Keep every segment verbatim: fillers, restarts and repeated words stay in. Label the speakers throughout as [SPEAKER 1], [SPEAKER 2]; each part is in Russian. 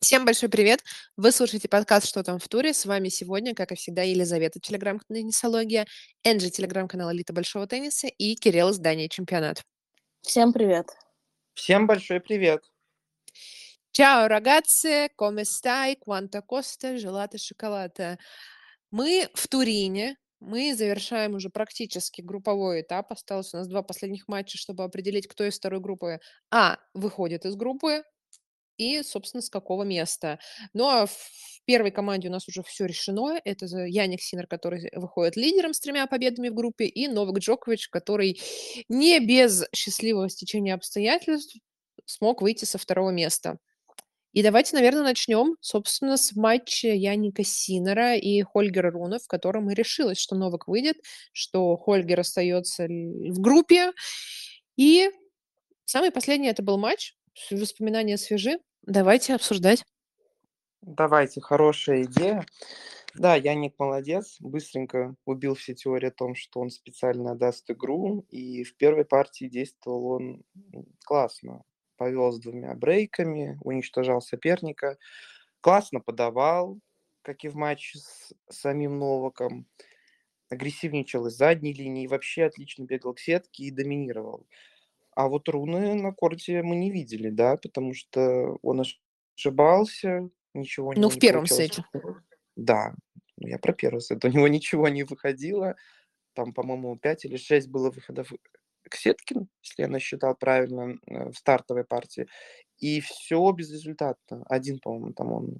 [SPEAKER 1] Всем большой привет! Вы слушаете подкаст «Что там в туре?». С вами сегодня, как и всегда, Елизавета, телеграм-канал «Теннисология», Энджи, телеграм-канал «Элита большого тенниса» и Кирилл, издание «Чемпионат».
[SPEAKER 2] Всем привет!
[SPEAKER 3] Всем большой привет!
[SPEAKER 1] Ciao ragazze, come stai? Quanto costa gelato шоколато? Мы в Турине, мы завершаем уже практически групповой этап. Осталось у нас два последних матча, чтобы определить, кто из второй группы, а, выходит из группы и, собственно, с какого места. Ну, а в первой команде у нас уже всё решено. Это за Яник Синнер, который выходит лидером с тремя победами в группе, и Новак Джокович, который не без счастливого стечения обстоятельств смог выйти со второго места. И давайте, наверно, начнем, собственно, с матча Яника Синнера и Хольгера Руне, в котором и решилось, что Новак выйдет, что Хольгер остается ль в группе. И самый последний это был матч. С воспоминания свежи. Давайте обсуждать.
[SPEAKER 3] Давайте, хорошая идея. Да, Яник молодец, быстренько убил все теории о том, что он специально даст игру, и в первой партии действовал он, м, классно. Повел с двумя брейками, уничтожал соперника, классно подавал, как и в матче с самим Новаком, агрессивничал из задней линии, вообще отлично бегал к сетке и доминировал. А вот Руне на корте мы не видели, да, потому что он ошибался, ничего у
[SPEAKER 1] Ну,
[SPEAKER 3] него
[SPEAKER 1] в
[SPEAKER 3] не
[SPEAKER 1] первом
[SPEAKER 3] получалось.
[SPEAKER 1] сете.
[SPEAKER 3] Да, ну, я про первый сет. У него ничего не выходило. Там, по-моему, пять или шесть было выходов к сетке, если я насчитал правильно, э, в стартовой партии, и всё безрезультатно. один, по-моему, там он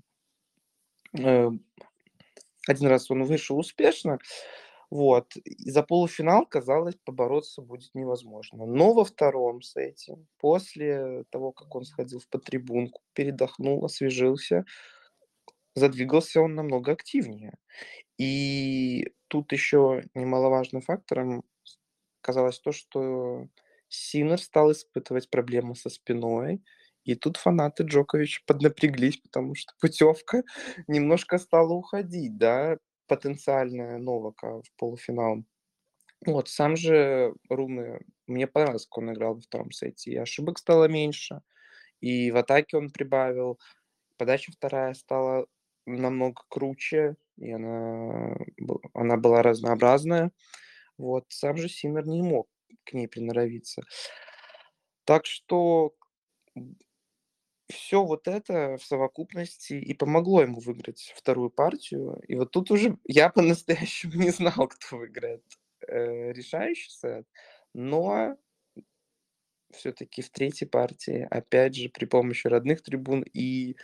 [SPEAKER 3] э, один раз он вышел успешно, вот, и за полуфинал, казалось, побороться будет невозможно. Но во втором сете, после того, как он сходил в подтрибунку, передохнул, освежился, задвигался он намного активнее. И тут еще немаловажным фактором казалось то, что Синнер стал испытывать проблемы со спиной, и тут фанаты Джоковича поднапряглись, потому что путевка немножко стала уходить, да, потенциальная Новака в полуфинал. Вот, сам же Руне, мне понравилось, как он играл во втором сете, и ошибок стало меньше, и в атаке он прибавил, подача вторая стала намного круче, и она бы она была разнообразная. Вот, сам же Синнер не мог к ней приноровиться. Так что, м, всё вот это в совокупности и помогло ему выиграть вторую партию. И вот тут уже я по-настоящему не знал, кто выиграет, э, решающий сет, но всё-таки в третьей партии, опять же, при помощи родных трибун и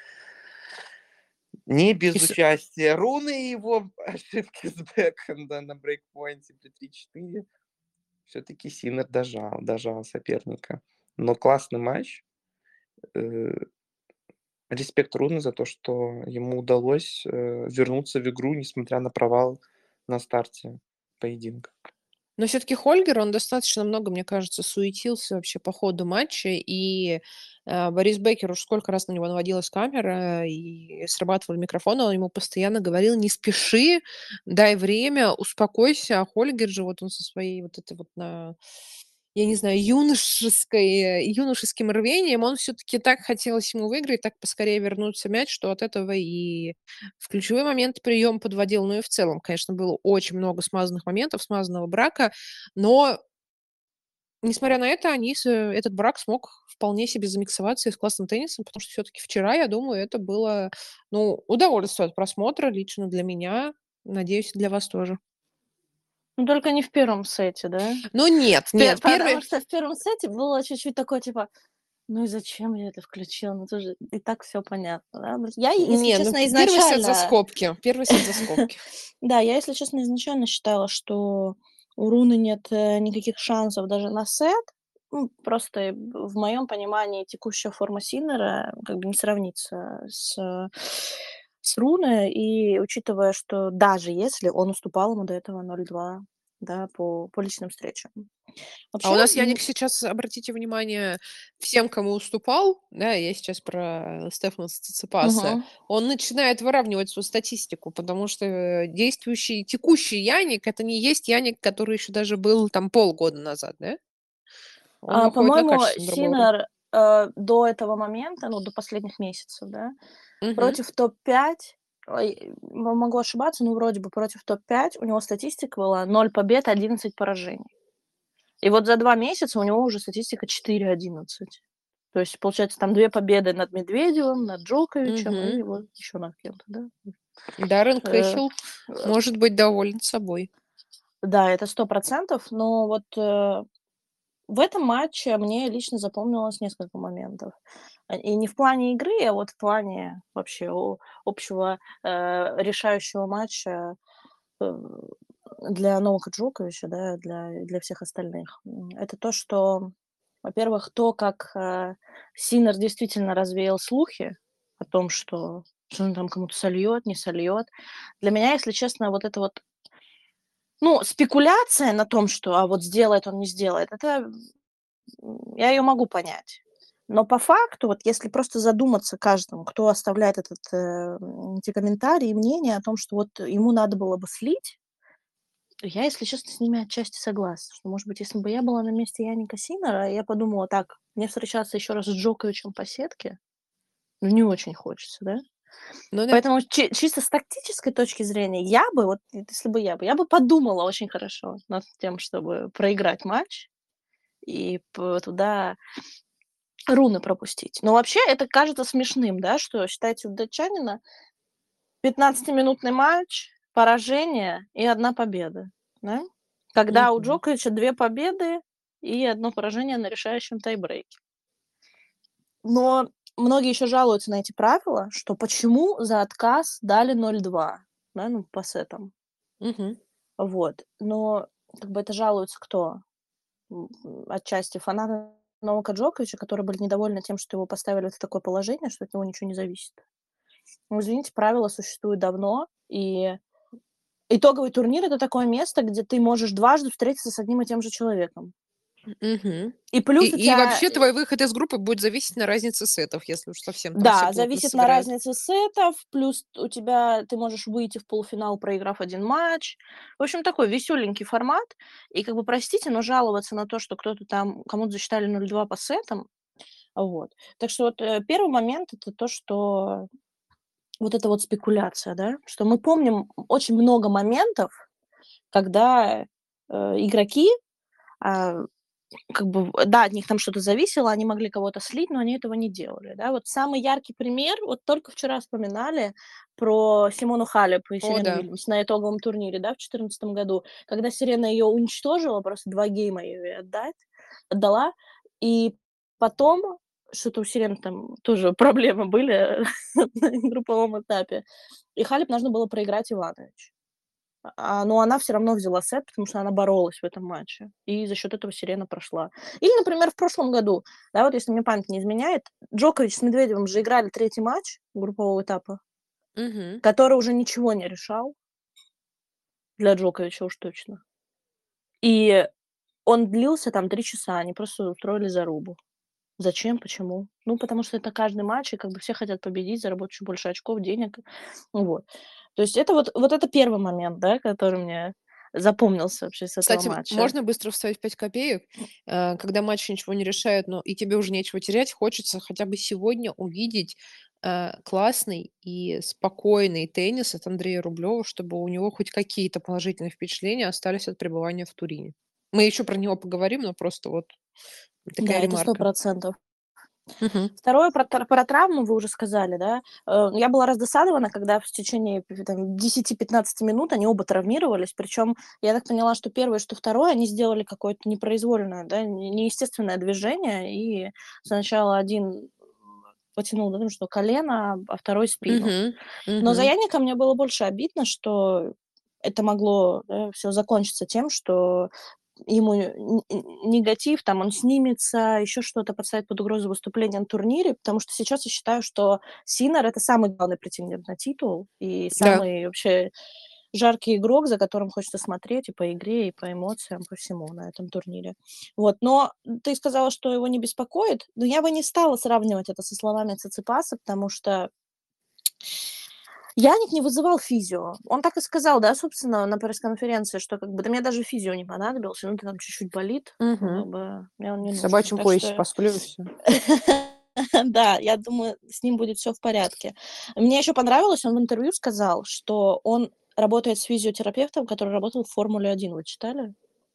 [SPEAKER 3] не
[SPEAKER 1] И
[SPEAKER 3] без
[SPEAKER 1] с
[SPEAKER 3] участия Руне и его ошибки с бэкхенда на брейкпоинте при три четыре, всё-таки Синнер дожал, дожал соперника. Но классный матч. Э, респект Руне за то, что ему удалось, э, вернуться в игру, несмотря на провал на старте поединка.
[SPEAKER 1] Но всё-таки Хольгер, он достаточно много, мне кажется, суетился вообще по ходу матча, и, э, Борис Беккер уж сколько раз на него наводилась камера и срабатывали микрофоны, он ему постоянно говорил: "Не спеши, дай время, успокойся". А Хольгер же, вот он со своей вот этой вот на я не знаю, юношеской юношеским рвением, он всё-таки так хотелось ему выиграть, так поскорее вернуться мяч, что от этого и в ключевой момент приём подводил. Ну и в целом, конечно, было очень много смазанных моментов, смазанного брака, но несмотря на это, они с этот брак смог вполне себе замиксоваться и с классным теннисом, потому что всё-таки вчера, я думаю, это было, ну, удовольствие от просмотра лично для меня. Надеюсь, для вас тоже.
[SPEAKER 2] Ну, только не в первом сете, да?
[SPEAKER 1] Ну нет,
[SPEAKER 2] Пе
[SPEAKER 1] нет,
[SPEAKER 2] потому
[SPEAKER 1] первый
[SPEAKER 2] что в первом сете было чуть-чуть такое, типа: "Ну и зачем я это включил? Ну, тоже и так всё понятно, да?" Ну, я, если
[SPEAKER 1] Не, ну
[SPEAKER 2] честно,
[SPEAKER 1] п первый сет за
[SPEAKER 2] изначально
[SPEAKER 1] скобки, первый сет за скобки.
[SPEAKER 2] да, я, если честно, изначально считала, что у Руне нет, э, никаких шансов даже на сет. Ну, просто в моём понимании текущая форма Синнера как бы не сравнится с с Руне. И учитывая, что даже если он уступал ему до этого ноль два, да, по по личным встречам.
[SPEAKER 1] А
[SPEAKER 2] Вообще,
[SPEAKER 1] у нас
[SPEAKER 2] м
[SPEAKER 1] Яник сейчас, обратите внимание, всем, кому уступал, да, я сейчас про Стефанса Циципаса,
[SPEAKER 2] Мгм.
[SPEAKER 1] он начинает выравнивать свою статистику, потому что действующий, текущий Яник- это не есть Яник, который еще даже был там полгода назад, да? Он
[SPEAKER 2] А,
[SPEAKER 1] выходит на
[SPEAKER 2] по-моему,
[SPEAKER 1] качественно другой уровень.
[SPEAKER 2] Синнер э, до этого момента, ну, до последних месяцев, да,
[SPEAKER 1] Мгм.
[SPEAKER 2] против топ-пять, ой, м могу ошибаться, но вроде бы против топ-пять у него статистика была ноль побед, одиннадцать поражений. И вот за два месяца у него уже статистика четыре одиннадцать. То есть, получается, там две победы над Медведевым, над Джоковичем и
[SPEAKER 1] Мгм.
[SPEAKER 2] вот еще над кем-то, да.
[SPEAKER 1] Даррен
[SPEAKER 2] Э,
[SPEAKER 1] Кэхилл
[SPEAKER 2] э,
[SPEAKER 1] может быть доволен собой.
[SPEAKER 2] да, это сто процентов, но вот, э, в этом матче мне лично запомнилось несколько моментов. А, и не в плане игры, а вот в плане вообще о общего, э, решающего матча, э, для Новака Джоковича, да, для для всех остальных. М, это то, что, во-первых, то, как, э, Синнер действительно развеял слухи о том, что что он там кому-то сольёт, не сольёт. Для меня, если честно, вот это вот, ну, спекуляция на том, что, а вот сделает он, не сделает, это, м, я её могу понять. Но по факту, вот если просто задуматься каждому, кто оставляет этот, э, м, эти комментарии и мнения о том, что вот ему надо было бы слить, я, если честно, с ними отчасти согласна. Что, может быть, если бы я была на месте Яника Синнера, я подумала: "Так, мне встречаться еще раз с Джоковичем по сетке, ну, не очень хочется", да.
[SPEAKER 1] Ну да.
[SPEAKER 2] Поэтому чи чисто с тактической точки зрения я бы, вот вот если бы я бы, я бы подумала очень хорошо над тем, чтобы проиграть матч и п туда руны пропустить. Но вообще это кажется смешным, да, что, считайте, у датчанина пятнадцатиминутный матч, поражение и одна победа, да? Когда у
[SPEAKER 1] Мгм.
[SPEAKER 2] Джоковича две победы и одно поражение на решающем тайбрейке. Но многие еще жалуются на эти правила, что почему за отказ дали ноль два, да, ну, по сетам.
[SPEAKER 1] Мгм.
[SPEAKER 2] Вот. Но как бы это жалуются кто? М, м, отчасти фанаты Новака Джоковича, которые были недовольны тем, что его поставили вот в такое положение, что от него ничего не зависит. Ну, извините, правила существуют давно, и итоговый турнир- это такое место, где ты можешь дважды встретиться с одним и тем же человеком.
[SPEAKER 1] Мгм.
[SPEAKER 2] И
[SPEAKER 1] И
[SPEAKER 2] плюс у
[SPEAKER 1] и
[SPEAKER 2] тя,
[SPEAKER 1] вообще
[SPEAKER 2] э
[SPEAKER 1] твой выход из группы будет зависеть на разнице сетов, если уж совсем там все
[SPEAKER 2] Да,
[SPEAKER 1] плотно
[SPEAKER 2] зависит на
[SPEAKER 1] сыграют.
[SPEAKER 2] разнице сетов, плюс у тебя ты можешь выйти в полуфинал, проиграв один матч. В общем, такой весёленький формат. И как бы, простите, но жаловаться на то, что кто-то там кому-то засчитали ноль два по сетам, вот. Так что вот, э, первый момент- это то, что вот эта вот спекуляция, да, что мы помним очень много моментов, когда, э, игроки, а, как бы, в да, от них там что-то зависело, они могли кого-то слить, но они этого не делали, да. Вот самый яркий пример, вот только вчера вспоминали про Симону Халеп и
[SPEAKER 1] О
[SPEAKER 2] Серену
[SPEAKER 1] да.
[SPEAKER 2] Вильямс на итоговом турнире, да, в четырнадцатом году, когда Серена её уничтожила, просто два гейма ей отдать отдала, и потом что-то у Серены там тоже проблемы были на групповом этапе, и Халеп должна была проиграть Иванович. А, но она всё равно взяла сет, потому что она боролась в этом матче, и за счет этого Серена прошла. Или, например, в прошлом году, да, вот если мне память не изменяет, Джокович с Медведевым же играли третий матч группового этапа
[SPEAKER 1] Мгм.
[SPEAKER 2] который уже ничего не решал для Джоковича уж точно. И он длился там три часа, они просто устроили зарубу. Зачем? Почему? Ну, потому что это каждый матч, и как бы все хотят победить, заработать чуть больше очков, денег. Вот. То есть это вот вот это первый момент, да, который мне запомнился вообще с этого
[SPEAKER 1] Кстати,
[SPEAKER 2] матча.
[SPEAKER 1] можно быстро вставить пять копеек? Э, когда матч ничего не решает, но и тебе уже нечего терять, хочется хотя бы сегодня увидеть, э, классный и спокойный теннис от Андрея Рублёва, чтобы у него хоть какие-то положительные впечатления остались от пребывания в Турине. Мы еще про него поговорим, но просто вот такая
[SPEAKER 2] Да, это сто
[SPEAKER 1] ремарка.
[SPEAKER 2] процентов.
[SPEAKER 1] Мгм.
[SPEAKER 2] Второе про тр про травму вы уже сказали, да. Э, я была раздосадована, когда в течение п там десяти пятнадцати минут они оба травмировались. Причем я так поняла, что первое, что второе, они сделали какое-то непроизвольное, да, не неестественное движение. И сначала один потянул, да, там что колено, а второй спину.
[SPEAKER 1] Мгм.
[SPEAKER 2] Но за
[SPEAKER 1] Мгм.
[SPEAKER 2] Яника мне было больше обидно, что это могло, да, всё закончиться тем, что ему н н негатив, там он снимется, еще что-то, поставит под угрозу выступление на турнире. Потому что сейчас я считаю, что Синнер- это самый главный претендент на титул и
[SPEAKER 1] Да.
[SPEAKER 2] самый вообще жаркий игрок, за которым хочется смотреть и по игре, и по эмоциям, по всему на этом турнире. Вот. Но ты сказала, что его не беспокоит, но я бы не стала сравнивать это со словами Циципаса, потому что Яник не вызывал физио. Он так и сказал, да, собственно, на пресс-конференции, что как бы да мне даже физио не понадобился, ну, ты там чуть-чуть болит, ну, как
[SPEAKER 1] Мгм.
[SPEAKER 2] бы мне он не
[SPEAKER 1] В
[SPEAKER 2] нужен.
[SPEAKER 1] собачьем
[SPEAKER 2] Так
[SPEAKER 1] поясе
[SPEAKER 2] что
[SPEAKER 1] посплю и всё.
[SPEAKER 2] да, я думаю, с ним будет всё в порядке. Мне еще понравилось, он в интервью сказал, что он работает с физиотерапевтом, который работал в Формуле один. Вы читали?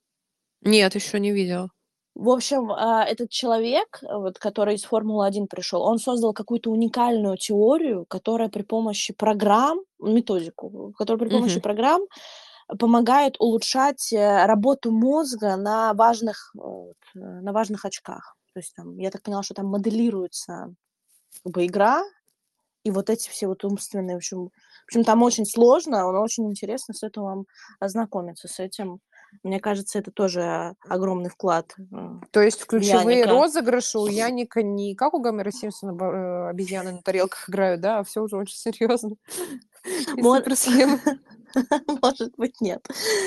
[SPEAKER 1] Нет, еще не видела.
[SPEAKER 2] В общем, а, этот человек, вот который из Формулы один пришел, он создал какую-то уникальную теорию, которая при помощи программ, методику, которая при помощи
[SPEAKER 1] Мгм.
[SPEAKER 2] программ помогает улучшать, э, работу мозга на важных, вот, э, на важных очках. То есть там, я так поняла, что там моделируется как бы игра, и вот эти все вот умственные, в общем в общем, там очень сложно, но очень интересно, советую вам ознакомиться с этим. Мне кажется, это тоже огромный вклад, м,
[SPEAKER 1] То есть ключевые
[SPEAKER 2] Яника.
[SPEAKER 1] розыгрыши у Яника не как у Гомера Симпсона, ба э, обезьяны на тарелках играют, да, а всё уже очень серьезно и
[SPEAKER 2] Мо
[SPEAKER 1] суперсхемы.
[SPEAKER 2] может быть, нет.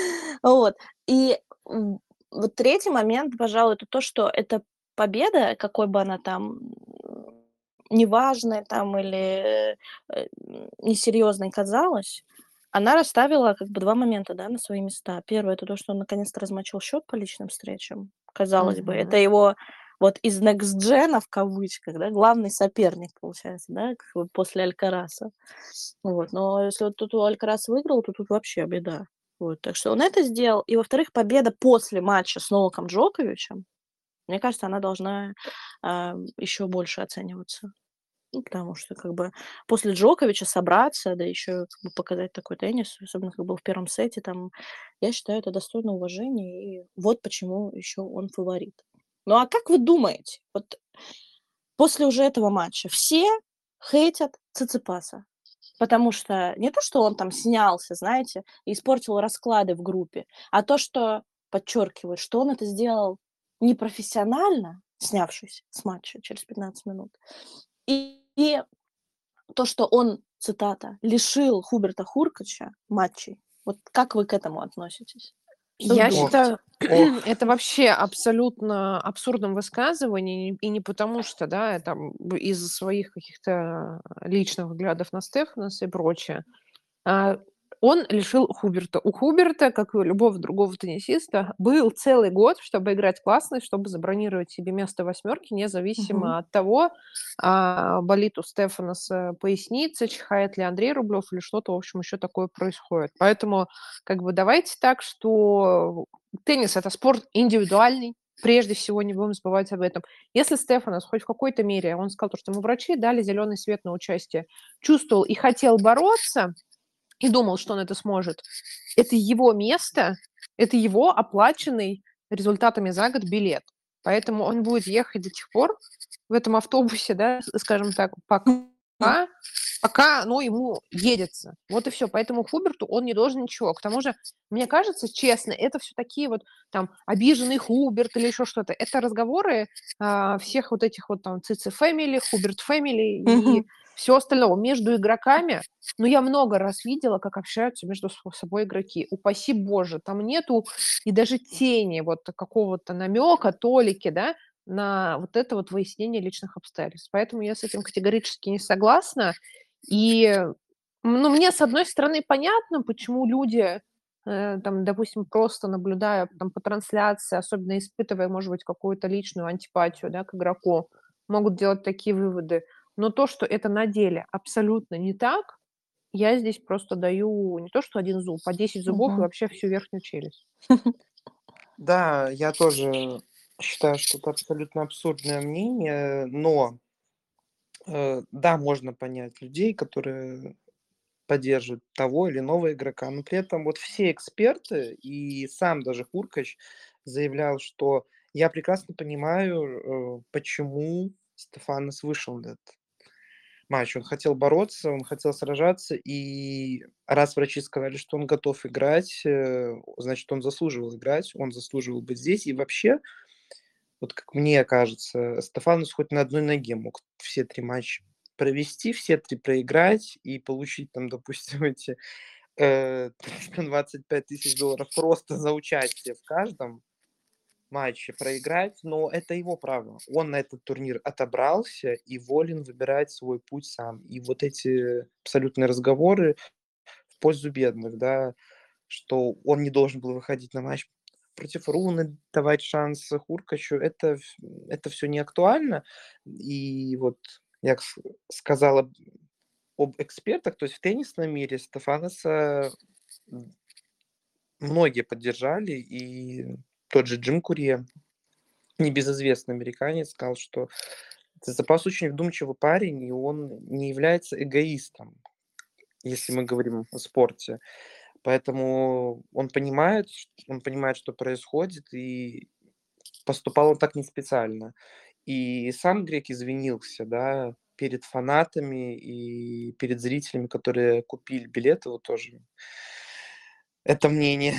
[SPEAKER 2] Вот. И, м, вот третий момент, пожалуй, это то, что эта победа, какой бы она там, м, неважной там или, э, несерьезной казалась, она расставила как бы два момента, да, на свои места. первое это то, что он наконец-то размочил счет по личным встречам. Казалось бы, это
[SPEAKER 1] Мгм.
[SPEAKER 2] его вот из "некст-джена", в кавычках, да, главный соперник, получается, да, как бы после Алькараса. Вот. Но если вот тут у Алькарас выиграл, то тут вообще беда. Вот. Так что он это сделал. И, во-вторых, победа после матча с Новаком Джоковичем, мне кажется, она должна, а, еще больше оцениваться. Ну, потому что как бы после Джоковича собраться, да еще как бы показать такой теннис, особенно как был в первом сете, там, я считаю, это достойно уважения, и вот почему еще он фаворит. Ну, а как вы думаете, вот после уже этого матча все хейтят Циципаса? Потому что не то, что он там снялся, знаете, и испортил расклады в группе, а то, что, подчеркиваю, что он это сделал непрофессионально, снявшись с матча через пятнадцать минут, и то, что он, цитата, "лишил Хуберта Хуркача матчей". Вот как вы к этому относитесь? Что вы
[SPEAKER 1] Я
[SPEAKER 3] Ох,
[SPEAKER 2] думаете?
[SPEAKER 1] считаю,
[SPEAKER 3] ох.
[SPEAKER 1] это вообще абсолютно абсурдным высказыванием, и не потому что, да, там б из-за своих каких-то личных взглядов на Стефаноса и прочее. А, он лишил Хуберта. У Хуберта, как и у любого другого теннисиста, был целый год, чтобы играть классно и чтобы забронировать себе место в восьмерке,
[SPEAKER 2] Мгм.
[SPEAKER 1] независимо от того, а, болит у Стефаноса поясница, чихает ли Андрей Рублев или что-то, в общем, еще такое происходит. Поэтому как бы давайте так, что теннис- это спорт индивидуальный, прежде всего, не будем забывать об этом. Если Стефанос хоть в какой-то мере, он сказал то, что ему врачи дали зеленый свет на участие, чувствовал и хотел бороться, и думал, что он это сможет, это его место, это его оплаченный результатами за год билет. Поэтому он будет ехать до тех пор в этом автобусе, да, с скажем так, пока
[SPEAKER 2] М.
[SPEAKER 1] пока, ну, ему едется. Вот и всё. Поэтому Хуберту он не должен ничего. К тому же, мне кажется, честно, это всё такие вот там обиженный Хуберт или еще что-то. Это разговоры, а, всех вот этих вот там Цицы фэмили, Хуберт фэмили и
[SPEAKER 2] Мгм.
[SPEAKER 1] всего остального между игроками. Но я много раз видела, как общаются между с собой игроки. Упаси боже, там нету и даже тени вот какого-то намека, толики, да, на вот это вот выяснение личных обстоятельств. Поэтому я с этим категорически не согласна. И, ну, мне, с одной стороны, понятно, почему люди, э, там, допустим, просто наблюдая там по трансляции, особенно испытывая, может быть, какую-то личную антипатию, да, к игроку, могут делать такие выводы. Но то, что это на деле абсолютно не так, я здесь просто даю не то что один зуб, а десять зубов и
[SPEAKER 2] Мгм.
[SPEAKER 1] вообще всю верхнюю челюсть.
[SPEAKER 3] Да, я тоже считаю, что это абсолютно абсурдное мнение, но, э, да, можно понять людей, которые поддерживают того или иного игрока, но при этом вот все эксперты и сам даже Хуркач заявлял, что я прекрасно понимаю, э, почему Стефанос вышел на этот матч. Он хотел бороться, он хотел сражаться, и раз врачи сказали, что он готов играть, э, значит, он заслуживал играть, он заслуживал быть здесь. И вообще, вот как мне кажется, Стефанос хоть на одной ноге мог все три матча провести, все три проиграть и получить там, допустим, эти, э, триста двадцать пять тысяч долларов просто за участие в каждом. матче проиграть, но это его право. Он на этот турнир отобрался и волен выбирать свой путь сам. И вот эти абсолютные разговоры в пользу бедных, да, что он не должен был выходить на матч против Руны, давать шанс Хуркачу, это, ф- это все не актуально. И вот я к- сказала об экспертах, то есть в теннисном мире Стефаноса м, многие поддержали, и тот же Джим Курье, небезызвестный американец, сказал, что Циципас очень вдумчивый парень, и он не является эгоистом, если мы говорим о спорте. Поэтому он понимает, ш- он понимает, что происходит, и поступал он так не специально. И сам Грек извинился, да, перед фанатами и перед зрителями, которые купили билеты, вот тоже это мнение,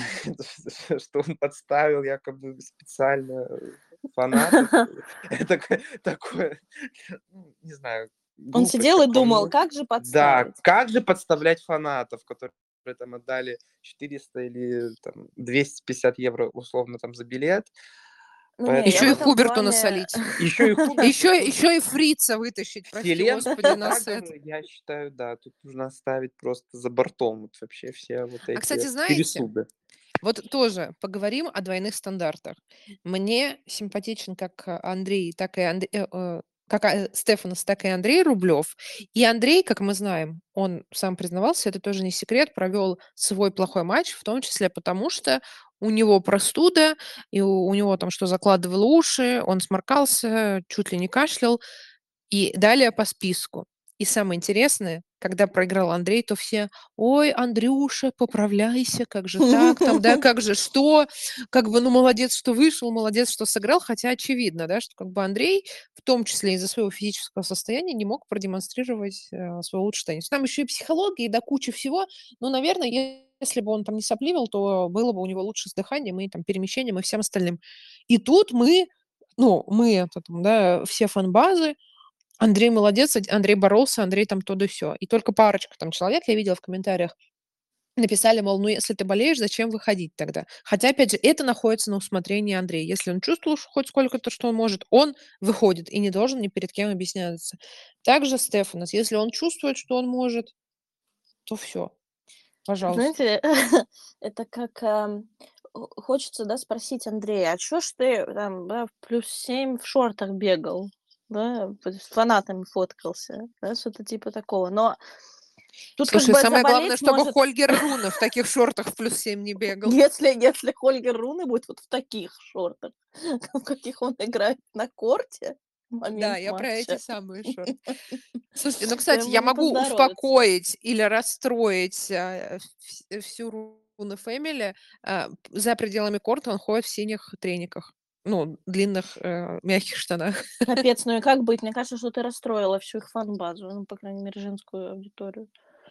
[SPEAKER 3] что он подставил якобы специально фанатов. Это к- такое, ну, не знаю,
[SPEAKER 2] Он
[SPEAKER 3] глупость,
[SPEAKER 2] сидел и
[SPEAKER 3] как по
[SPEAKER 2] думал,
[SPEAKER 3] мне.
[SPEAKER 2] как же
[SPEAKER 3] Да,
[SPEAKER 2] подставить.
[SPEAKER 3] как же подставлять фанатов, которые там отдали четыреста или там двести пятьдесят евро условно там за билет.
[SPEAKER 2] Ну не, я
[SPEAKER 1] Еще
[SPEAKER 2] в
[SPEAKER 1] и
[SPEAKER 3] Поэтому
[SPEAKER 2] этом
[SPEAKER 1] Хуберту
[SPEAKER 2] плане...
[SPEAKER 1] насолить.
[SPEAKER 3] еще и Хуберту
[SPEAKER 1] Еще,
[SPEAKER 3] тут
[SPEAKER 1] еще и Фрица вытащить, прости
[SPEAKER 3] вселенский
[SPEAKER 1] господи, на
[SPEAKER 3] заговор,
[SPEAKER 1] сет.
[SPEAKER 3] я считаю, да, тут нужно оставить просто за бортом вот вообще все вот
[SPEAKER 1] А, кстати,
[SPEAKER 3] эти
[SPEAKER 1] знаете,
[SPEAKER 3] пересуды.
[SPEAKER 1] вот тоже поговорим о двойных стандартах. Мне симпатичен как э, Андрей, так и Анд- э, э, как а, Стефанос, так и Андрей Рублев. И Андрей, как мы знаем, он сам признавался, это тоже не секрет, провел свой плохой матч, в том числе потому, что у него простуда, и у, у него там что закладывало уши, он сморкался, чуть ли не кашлял. И далее по списку. И самое интересное, когда проиграл Андрей, то все: "Ой, Андрюша, поправляйся, как же так там, да, как же что? Как бы, ну, молодец, что вышел, молодец, что сыграл". Хотя очевидно, да, что как бы Андрей, в том числе из-за своего физического состояния, не мог продемонстрировать, э, свой лучший теннис. Там еще и психология, и до кучи всего. Ну, наверное, если бы он там не сопливил, то было бы у него лучше с дыханием и там перемещением и всем остальным. И тут мы, ну, мы, это там, да, все фан-базы, Андрей молодец, Ад Андрей боролся, Андрей там то да сё. И только парочка там человек, я видела в комментариях, написали, мол: "Ну, если ты болеешь, зачем выходить тогда?" Хотя, опять же, это находится на усмотрении Андрея. Если он чувствовал ш хоть сколько-то, что он может, он выходит и не должен ни перед кем объясняться. Также Стефанос, если он чувствует, что он может, то всё, пожалуйста.
[SPEAKER 2] Знаете, это как, ам, хо хочется, да, спросить Андрея: "А чё ж ты там, да, в плюс семь в шортах бегал, да, п с фанатами фоткался?" Да, что-то типа такого. Но тут как
[SPEAKER 1] Слушай,
[SPEAKER 2] бы
[SPEAKER 1] самое главное,
[SPEAKER 2] заболеть
[SPEAKER 1] чтобы
[SPEAKER 2] может,
[SPEAKER 1] Хольгер Руне в таких шортах в плюс семь не бегал.
[SPEAKER 2] если если Хольгер Руне будет вот в таких шортах, в каких он играет на корте в
[SPEAKER 1] Да,
[SPEAKER 2] момент
[SPEAKER 1] я про эти
[SPEAKER 2] матча,
[SPEAKER 1] самые шорты. Слушайте, ну,
[SPEAKER 2] то
[SPEAKER 1] кстати,
[SPEAKER 2] ему
[SPEAKER 1] я
[SPEAKER 2] не
[SPEAKER 1] могу
[SPEAKER 2] поздоровится.
[SPEAKER 1] успокоить или расстроить, а, вс э, всю Руна Фэмили. А, п за пределами корта он ходит в синих трениках, ну, длинных, э, мягких штанах.
[SPEAKER 2] Капец, ну и как быть? Мне кажется, что ты расстроила всю их фан-базу, ну, по крайней мере, женскую аудиторию.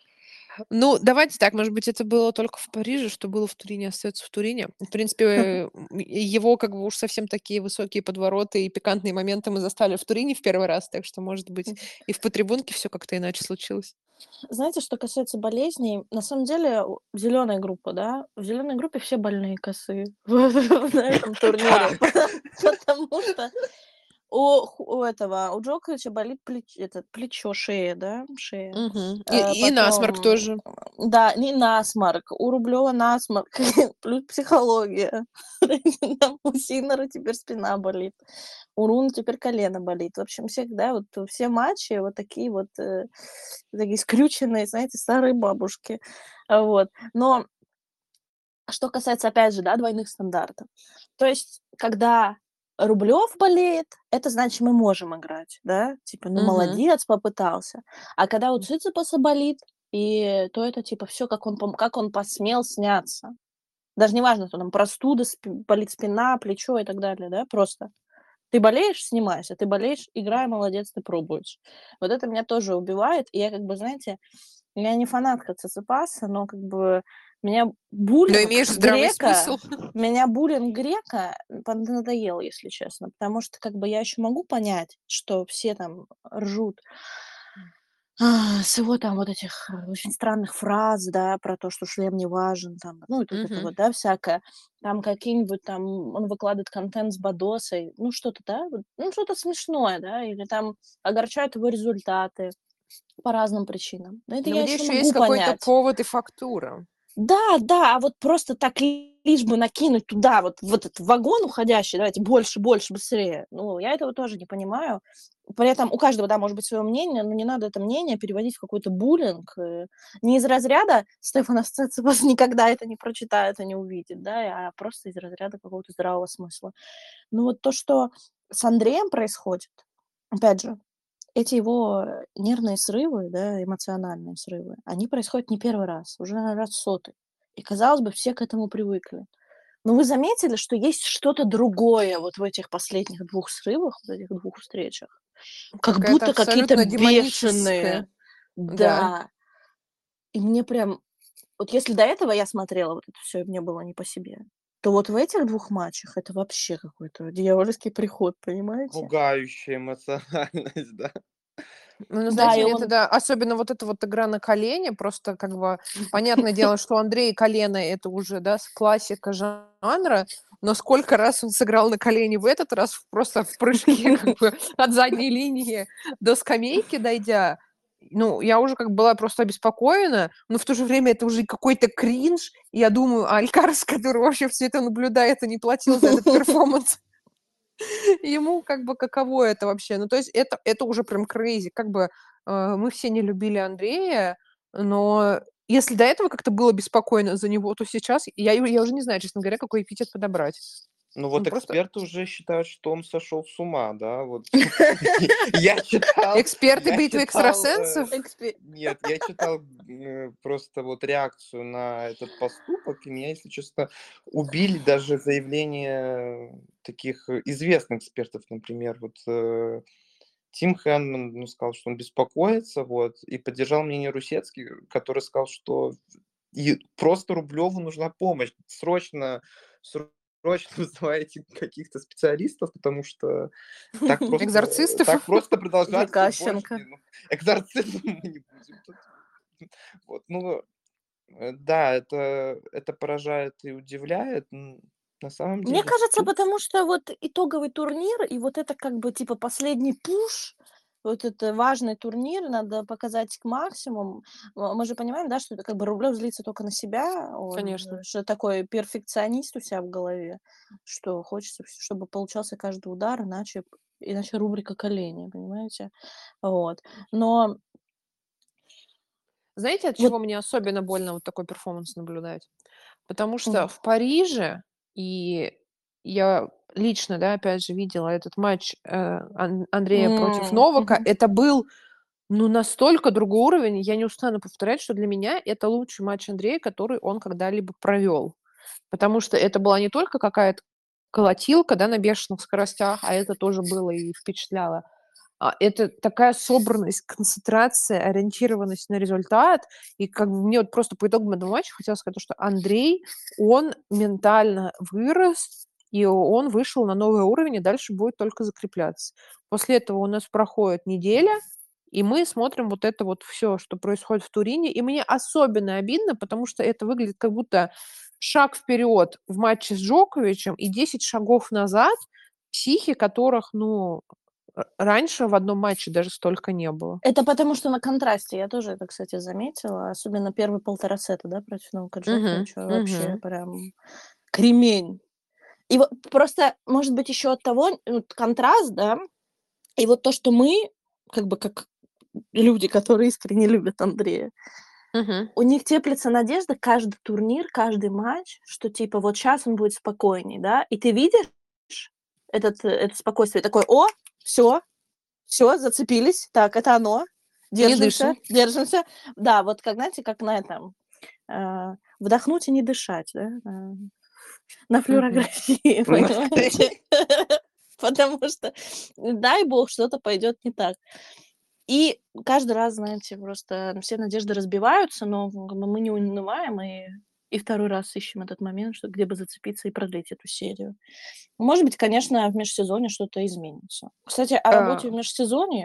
[SPEAKER 1] Ну, давайте так, может быть, это было только в Париже, что было в Турине, остается в Турине. В принципе, э, м, его как бы уж совсем такие высокие подвороты и пикантные моменты мы застали в Турине в первый раз, так что, может быть, и в потрибунке все как-то иначе случилось.
[SPEAKER 2] Знаете, что касается болезней, на самом деле зеленая группа, да, в зеленой группе все больные косые на этом турнире,
[SPEAKER 3] Так,
[SPEAKER 2] потому что у, ху- у этого, у Джоковича болит плеч- этот, плечо, шея, да, шея.
[SPEAKER 1] Мгм.
[SPEAKER 2] Э,
[SPEAKER 1] И и насморк
[SPEAKER 2] Потом,
[SPEAKER 1] тоже.
[SPEAKER 2] да, не насморк, у Рублева насморк, плюс психология. Там у Синера теперь спина болит, у Руна теперь колено болит. В общем, всех, да, вот все матчи вот такие вот, э, такие скрюченные, знаете, старые бабушки. А, Вот. Но что касается, опять же, да, двойных стандартов. То есть, когда Рублев болеет, это значит, мы можем играть, да? Типа, ну,
[SPEAKER 1] Мгм.
[SPEAKER 2] молодец, попытался. А когда у Циципаса болит, и то это типа все, как он, пом- как он посмел сняться. Даже не важно, что там простуда, сп- болит спина, плечо и так далее, да, просто. Ты болеешь — снимайся, ты болеешь — играй, молодец, ты пробуешь. Вот это меня тоже убивает. И я как бы, знаете, я не фанатка Циципаса, но как бы меня
[SPEAKER 1] Но
[SPEAKER 2] буллинг
[SPEAKER 1] имеешь здравый
[SPEAKER 2] Грека
[SPEAKER 1] смысл.
[SPEAKER 2] меня буллинг Грека поднадоел, если честно. Потому что как бы я еще могу понять, что все там ржут а, с его там вот этих э, очень странных фраз, да, про то, что шлем не важен, там, ну, и вот это
[SPEAKER 1] Мгм.
[SPEAKER 2] вот, да, всякое. Там какие-нибудь там, он выкладывает контент с Бадосой, ну, что-то, да, вот, ну, что-то смешное, да, или там огорчают его результаты по разным причинам. Но это
[SPEAKER 1] Но
[SPEAKER 2] я
[SPEAKER 1] где
[SPEAKER 2] еще
[SPEAKER 1] еще есть
[SPEAKER 2] могу
[SPEAKER 1] какой-то
[SPEAKER 2] понять.
[SPEAKER 1] повод и фактура?
[SPEAKER 2] Да, да, а вот просто так лишь бы накинуть туда вот в этот вагон уходящий, давайте больше, больше, быстрее. Ну, я этого тоже не понимаю. При этом у каждого, да, может быть свое мнение, но не надо это мнение переводить в какой-то буллинг. э. Не из разряда Стефана Сциципас никогда это не прочитает и не увидит, да, а просто из разряда какого-то здравого смысла. Ну вот то, что с Андреем происходит, опять же, эти его э, нервные срывы, да, эмоциональные срывы, они происходят не первый раз, уже, наверно, раз сотый. И, казалось бы, все к этому привыкли. Но вы заметили, что есть что-то другое вот в этих последних двух срывах, вот этих двух встречах? Как
[SPEAKER 1] Какая-то
[SPEAKER 2] будто какие-то
[SPEAKER 1] абсолютно демоническая.
[SPEAKER 2] бешеные.
[SPEAKER 1] Да.
[SPEAKER 2] Да. И мне прям вот если до этого я смотрела вот это всё, и мне было не по себе, то вот в этих двух матчах это вообще какой-то дьявольский приход, понимаете?
[SPEAKER 3] Пугающая эмоциональность, да.
[SPEAKER 1] Ну, ну,
[SPEAKER 2] Да,
[SPEAKER 1] знаете,
[SPEAKER 2] и
[SPEAKER 1] мне
[SPEAKER 2] он
[SPEAKER 1] тогда особенно вот эта вот игра на колене, просто как бы понятное дело, что Андрей колено- это уже, да, с классика жанра, но сколько раз он сыграл на колене в этот раз, просто в прыжке как бы от задней линии до скамейки дойдя. Ну, я уже как бы была просто обеспокоена, но в то же время это уже какой-то кринж. И я думаю, а Алькарас, который вообще всё это наблюдает и не платил за этот перформанс, ему как бы каково это вообще? Ну, то есть это это уже прям крейзи. Как бы, э, мы все не любили Андрея, но если до этого как-то было беспокойно за него, то сейчас я ю я уже не знаю, честно говоря, какой эпитет подобрать.
[SPEAKER 3] Ну
[SPEAKER 1] Ну,
[SPEAKER 3] вот
[SPEAKER 1] просто
[SPEAKER 3] эксперты уже считают, что он сошел с ума, да, вот. Я читал
[SPEAKER 1] эксперты
[SPEAKER 3] я
[SPEAKER 1] битвы
[SPEAKER 3] читал, э,
[SPEAKER 1] экстрасенсов?
[SPEAKER 2] экспе
[SPEAKER 3] нет, я читал, м, просто вот реакцию на этот поступок, и меня, если честно, убили даже заявления таких э, известных экспертов. Например, вот, э, Тим Хэнман, ну, сказал, что он беспокоится, вот, и поддержал мнение Русецкий, который сказал, что и просто Рублеву нужна помощь. Срочно, срочно вызывайте каких-то специалистов, потому что так просто,
[SPEAKER 1] Экзорцистов?
[SPEAKER 3] так просто продолжаться больше
[SPEAKER 2] Лукащенко.
[SPEAKER 3] не ну, экзорцизм мы не будем тут. Вот, ну, э, да, это это поражает и удивляет. М, на самом
[SPEAKER 2] Мне
[SPEAKER 3] деле
[SPEAKER 2] кажется,
[SPEAKER 3] тут
[SPEAKER 2] потому что вот итоговый турнир и вот это как бы типа последний пуш, вот это важный турнир, надо показать к максимуму. М мы же понимаем, да, что это как бы Рублев злится только на себя, он
[SPEAKER 1] Конечно.
[SPEAKER 2] же такой перфекционист у себя в голове, что хочется, вс чтобы получался каждый удар, иначе иначе рубрика "Колени", понимаете? Вот. Но
[SPEAKER 1] Знаете, от
[SPEAKER 2] вот
[SPEAKER 1] чего мне особенно больно вот такой перформанс наблюдать? Потому что
[SPEAKER 2] М.
[SPEAKER 1] в Париже, и я лично, да, опять же, видела этот матч, э, Ан Андрея против
[SPEAKER 2] М,
[SPEAKER 1] Новака,
[SPEAKER 2] мгм.
[SPEAKER 1] это был, ну, настолько другой уровень. Я не устану повторять, что для меня это лучший матч Андрея, который он когда-либо провел. Потому что это была не только какая-то колотилка, да, на бешеных скоростях, а это тоже было и впечатляло. А это такая собранность, концентрация, ориентированность на результат. И как бы мне вот просто по итогам этого матча хотелось сказать то, что Андрей, он ментально вырос, и он вышел на новый уровень, и дальше будет только закрепляться. После этого у нас проходит неделя, и мы смотрим вот это вот всё, что происходит в Турине. И мне особенно обидно, потому что это выглядит как будто шаг вперед в матче с Джоковичем и десять шагов назад психи, которых, ну, р раньше в одном матче даже столько не было.
[SPEAKER 2] Это потому, что на контрасте. Я тоже это, кстати, заметила. Особенно первые полтора сета, да, против Новака
[SPEAKER 1] Мгм,
[SPEAKER 2] Джоковича. Вообще
[SPEAKER 1] мгм.
[SPEAKER 2] прям кремень. И вот просто, может быть, еще от того, вот контраст, да, и вот то, что мы, как бы как люди, которые искренне любят Андрея,
[SPEAKER 1] Мгм.
[SPEAKER 2] у них теплится надежда каждый турнир, каждый матч, что типа вот щас он будет спокойней, да. И ты видишь этот это спокойствие, такой: "О, всё, всё, зацепились, так, это оно,
[SPEAKER 1] Не
[SPEAKER 2] держимся,
[SPEAKER 1] дышим.
[SPEAKER 2] держимся". Да, вот как, знаете, как на этом, э, вдохнуть и не дышать, да, э, на
[SPEAKER 1] Мгм.
[SPEAKER 2] флюорографии, понимаете? Потому что, дай бог, что-то пойдет не так. И каждый раз, знаете, просто все надежды разбиваются, но как бы мы не унываем и и второй раз ищем этот момент, что где бы зацепиться и продлить эту серию. Может быть, конечно, в межсезонье что-то изменится. Кстати, о работе
[SPEAKER 1] А
[SPEAKER 2] в межсезонье.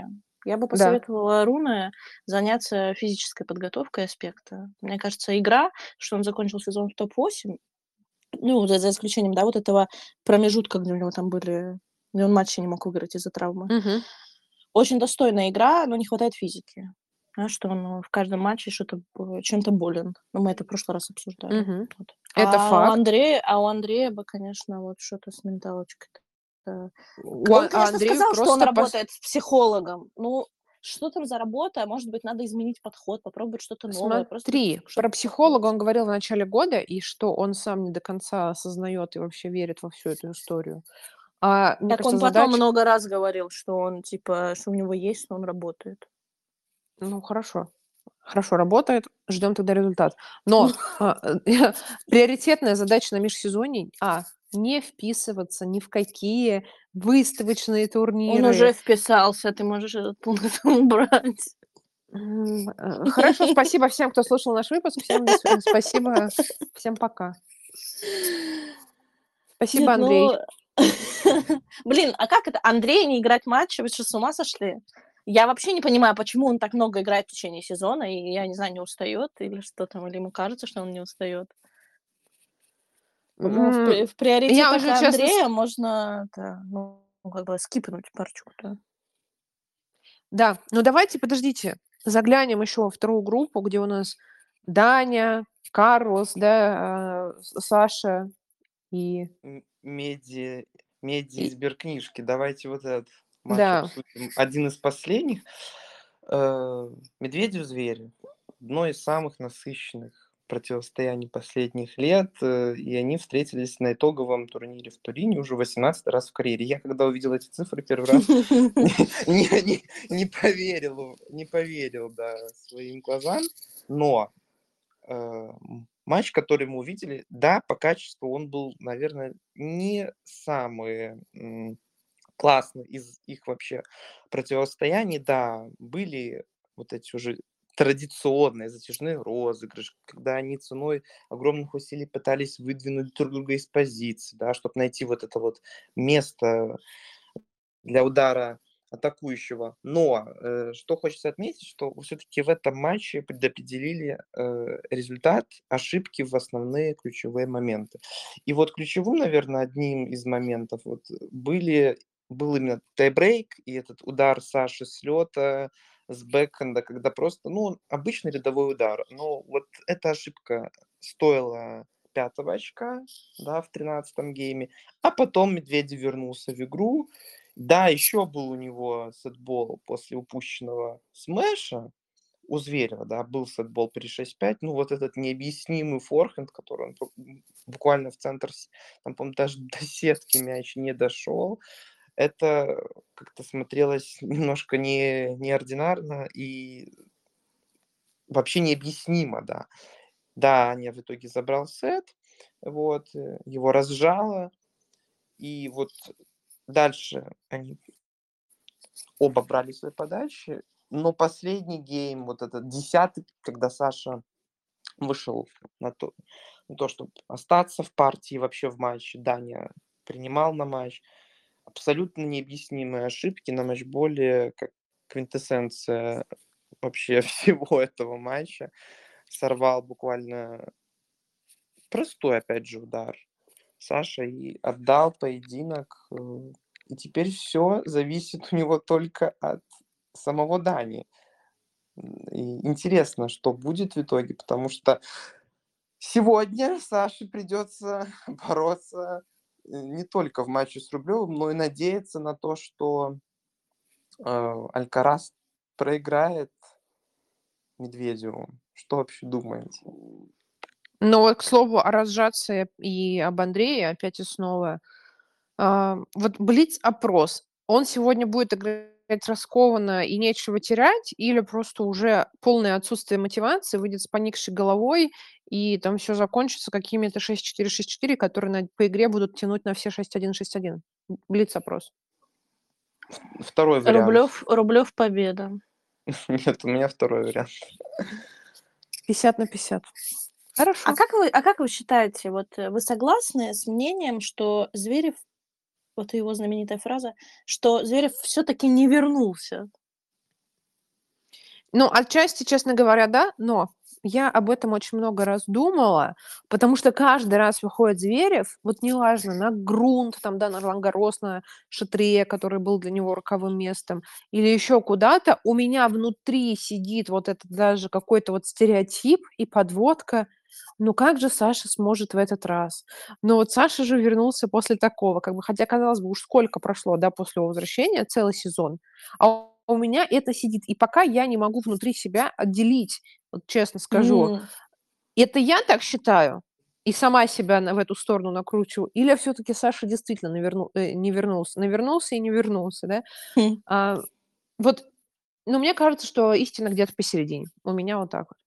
[SPEAKER 2] Я бы
[SPEAKER 1] Да.
[SPEAKER 2] посоветовала Руне заняться физической подготовкой аспекта. Мне кажется, игра, что он закончил сезон в топ восемь, ну, за за исключением, да, вот этого промежутка, где у него там были где он матчи не мог выиграть из-за травмы.
[SPEAKER 1] Мгм.
[SPEAKER 2] Очень достойная игра, но не хватает физики. Знаешь, что он в каждом матче что-то б чем-то болен. Ну, мы это в прошлый раз обсуждали.
[SPEAKER 1] Мгм.
[SPEAKER 2] Вот.
[SPEAKER 1] Это
[SPEAKER 2] А у
[SPEAKER 1] факт.
[SPEAKER 2] Андрея а у Андрея бы, конечно, вот что-то с менталочкой-то.
[SPEAKER 1] У
[SPEAKER 2] Он,
[SPEAKER 1] А а
[SPEAKER 2] конечно,
[SPEAKER 1] Андрею
[SPEAKER 2] сказал, что он
[SPEAKER 1] просто пос
[SPEAKER 2] работает с психологом. Ну, что там за работа? Может быть, надо изменить подход, попробовать что-то новое, просто
[SPEAKER 1] Смотри,
[SPEAKER 2] что-то
[SPEAKER 1] про психолога
[SPEAKER 2] успокоиться.
[SPEAKER 1] он говорил в начале года, и что он сам не до конца осознаёт и вообще верит во всю эту историю. А, мне
[SPEAKER 2] Так
[SPEAKER 1] кажется,
[SPEAKER 2] он потом
[SPEAKER 1] задача
[SPEAKER 2] много раз говорил, что он, типа, что у него есть, что он работает.
[SPEAKER 1] Ну, хорошо. Хорошо, работает. Ждём тогда результат. Но, а, э, приоритетная задача на межсезонье: а) не вписываться ни в какие выставочные
[SPEAKER 2] Он уже
[SPEAKER 1] турниры.
[SPEAKER 2] вписался, ты можешь этот пункт убрать.
[SPEAKER 1] М, э, хорошо, спасибо всем, кто слушал наш выпуск. Всем до св спасибо. Всем пока. Спасибо,
[SPEAKER 2] Нет, ну,
[SPEAKER 1] Андрей.
[SPEAKER 2] блин, а как это Андрей не играть матчи? Вы что, с ума сошли? Я вообще не понимаю, почему он так много играет в течение сезона, и, я не знаю, не устаёт или что там, или ему кажется, что он не устаёт. По-моему, в при
[SPEAKER 1] М,
[SPEAKER 2] в
[SPEAKER 1] я
[SPEAKER 2] приоритетах
[SPEAKER 1] уже, честно с
[SPEAKER 2] Андрея можно это, ну, как бы скипнуть парочку-то.
[SPEAKER 1] Да, ну давайте, подождите, заглянем ещё во вторую группу, где у нас Даня, Карлос, да, а, С Саша и
[SPEAKER 3] М меди меди
[SPEAKER 1] и
[SPEAKER 3] из сберкнижки. Давайте вот этот матч
[SPEAKER 1] Да.
[SPEAKER 3] обсудим. Один из последних. Э, медведи-звери. Одно из самых насыщенных противостояний последних лет, э, и они встретились на итоговом турнире в Турине уже восемнадцатый раз в карьере. Я когда увидел эти цифры первый раз, не не не поверил не поверил, да, своим глазам. Но, э, м матч, который мы увидели, да, по качеству он был, наверное, не самый, м, классный из их вообще противостояний. Да, были вот эти уже традиционные затяжные розыгрыши, когда они ценой огромных усилий пытались выдвинуть друг друга из позиций, да, чтоб найти вот это вот место для удара атакующего. Но, э, что хочется отметить, что всё-таки в этом матче предопределили, э, результат ошибки в основные ключевые моменты. И вот ключевым, наверно, одним из моментов вот были был именно тай-брейк и этот удар Саши с лёта, с бэкхенда, когда просто, ну, обычный рядовой удар. Но вот эта ошибка стоила пятого очка, да, в тринадцатом гейме, а потом Медведев вернулся в игру. Да, ещё был у него сетбол после упущенного смэша. У Зверева, да, был сетбол при шесть пять. Ну, вот этот необъяснимый форхенд, который он п м, буквально в центр с там, по-моему, даже до сетки мяч не дошёл. Это как-то смотрелось немножко не неординарно и вообще необъяснимо, да. Да, Аня в итоге забрал сет, вот, э, его разжало, и вот дальше они оба брали свои подачи, но последний гейм, вот этот десятый, когда Саша вышел на то на то, чтоб остаться в партии, вообще в матче, Даня принимал на матч. Абсолютно необъяснимые ошибки на матчболе, как квинтэссенция вообще всего этого матча. Сорвал буквально простой, опять же, удар Саша и отдал поединок. Э, и теперь всё зависит у него только от самого Дани. М, и интересно, что будет в итоге, потому что сегодня Саше придётся бороться, э, не только в матче с Рублёвым, но и надеяться на то, что, э, Алькарас проиграет Медведеву. Что вообще думаете?
[SPEAKER 1] Ну вот, к слову о Разжадсе и об Андрее опять и снова. А, вот блиц-опрос. Он сегодня будет играть раскованно и нечего терять или просто уже полное отсутствие мотивации, выйдет с поникшей головой, и там всё закончится какими-то шесть четыре шесть четыре, которые на по игре будут тянуть на все шесть один шесть один? М, блиц-опрос.
[SPEAKER 3] В второй вариант.
[SPEAKER 2] Рублёв Рублёв победа.
[SPEAKER 3] Нет, у меня второй вариант.
[SPEAKER 1] пятьдесят на пятьдесят.
[SPEAKER 2] А
[SPEAKER 1] Хорошо.
[SPEAKER 2] как вы а как вы считаете, вот, э, вы согласны с мнением, что Зверев, вот его знаменитая фраза, что Зверев всё-таки не вернулся?
[SPEAKER 1] Ну, отчасти, честно говоря, да, но я об этом очень много раз думала, потому что каждый раз выходит Зверев, вот неважно, на грунт, там, да, на Ролан-Гаррос, на Шатре, который был для него роковым местом, или еще куда-то, у меня внутри сидит вот этот даже какой-то вот стереотип и подводка. Ну как же Саша сможет в этот раз? Но вот Саша же вернулся после такого, как бы, хотя, казалось бы, уж сколько прошло, да, после его возвращения, целый сезон, а у меня это сидит. И пока я не могу внутри себя отделить, вот честно скажу,
[SPEAKER 2] М.
[SPEAKER 1] это я так считаю и сама себя на в эту сторону накручиваю, или все-таки Саша действительно наверну э, не вернулся, навернулся и не вернулся, да?
[SPEAKER 2] Хм.
[SPEAKER 1] А, вот, ну, мне кажется, что истина где-то посередине. У меня вот так вот.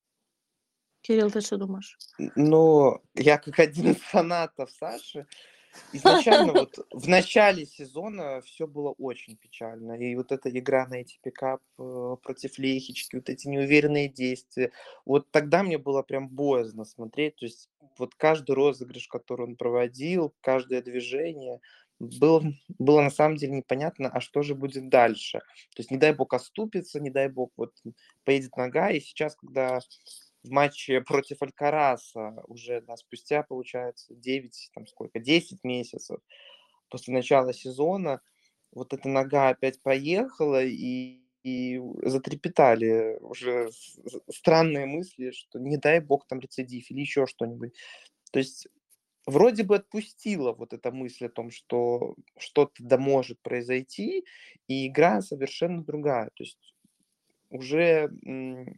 [SPEAKER 2] Кирилл, ты что думаешь?
[SPEAKER 3] Н но я как один из фанатов Саши, изначально вот в начале сезона все было очень печально. И вот эта игра на эти пикап, э, против Лехички, вот эти неуверенные действия. Вот тогда мне было прям боязно смотреть. То есть вот каждый розыгрыш, который он проводил, каждое движение, было было на самом деле непонятно, а что же будет дальше. То есть не дай бог оступится, не дай бог вот поедет нога. И сейчас, когда в матче против Алькараса уже, да, спустя, получается, девять там сколько, десять месяцев после начала сезона, вот эта нога опять поехала, и и затрепетали уже с с странные мысли, что не дай бог там рецидив или еще что-нибудь. То есть вроде бы отпустила вот эта мысль о том, что что-то да может произойти, и игра совершенно другая. То есть уже, м,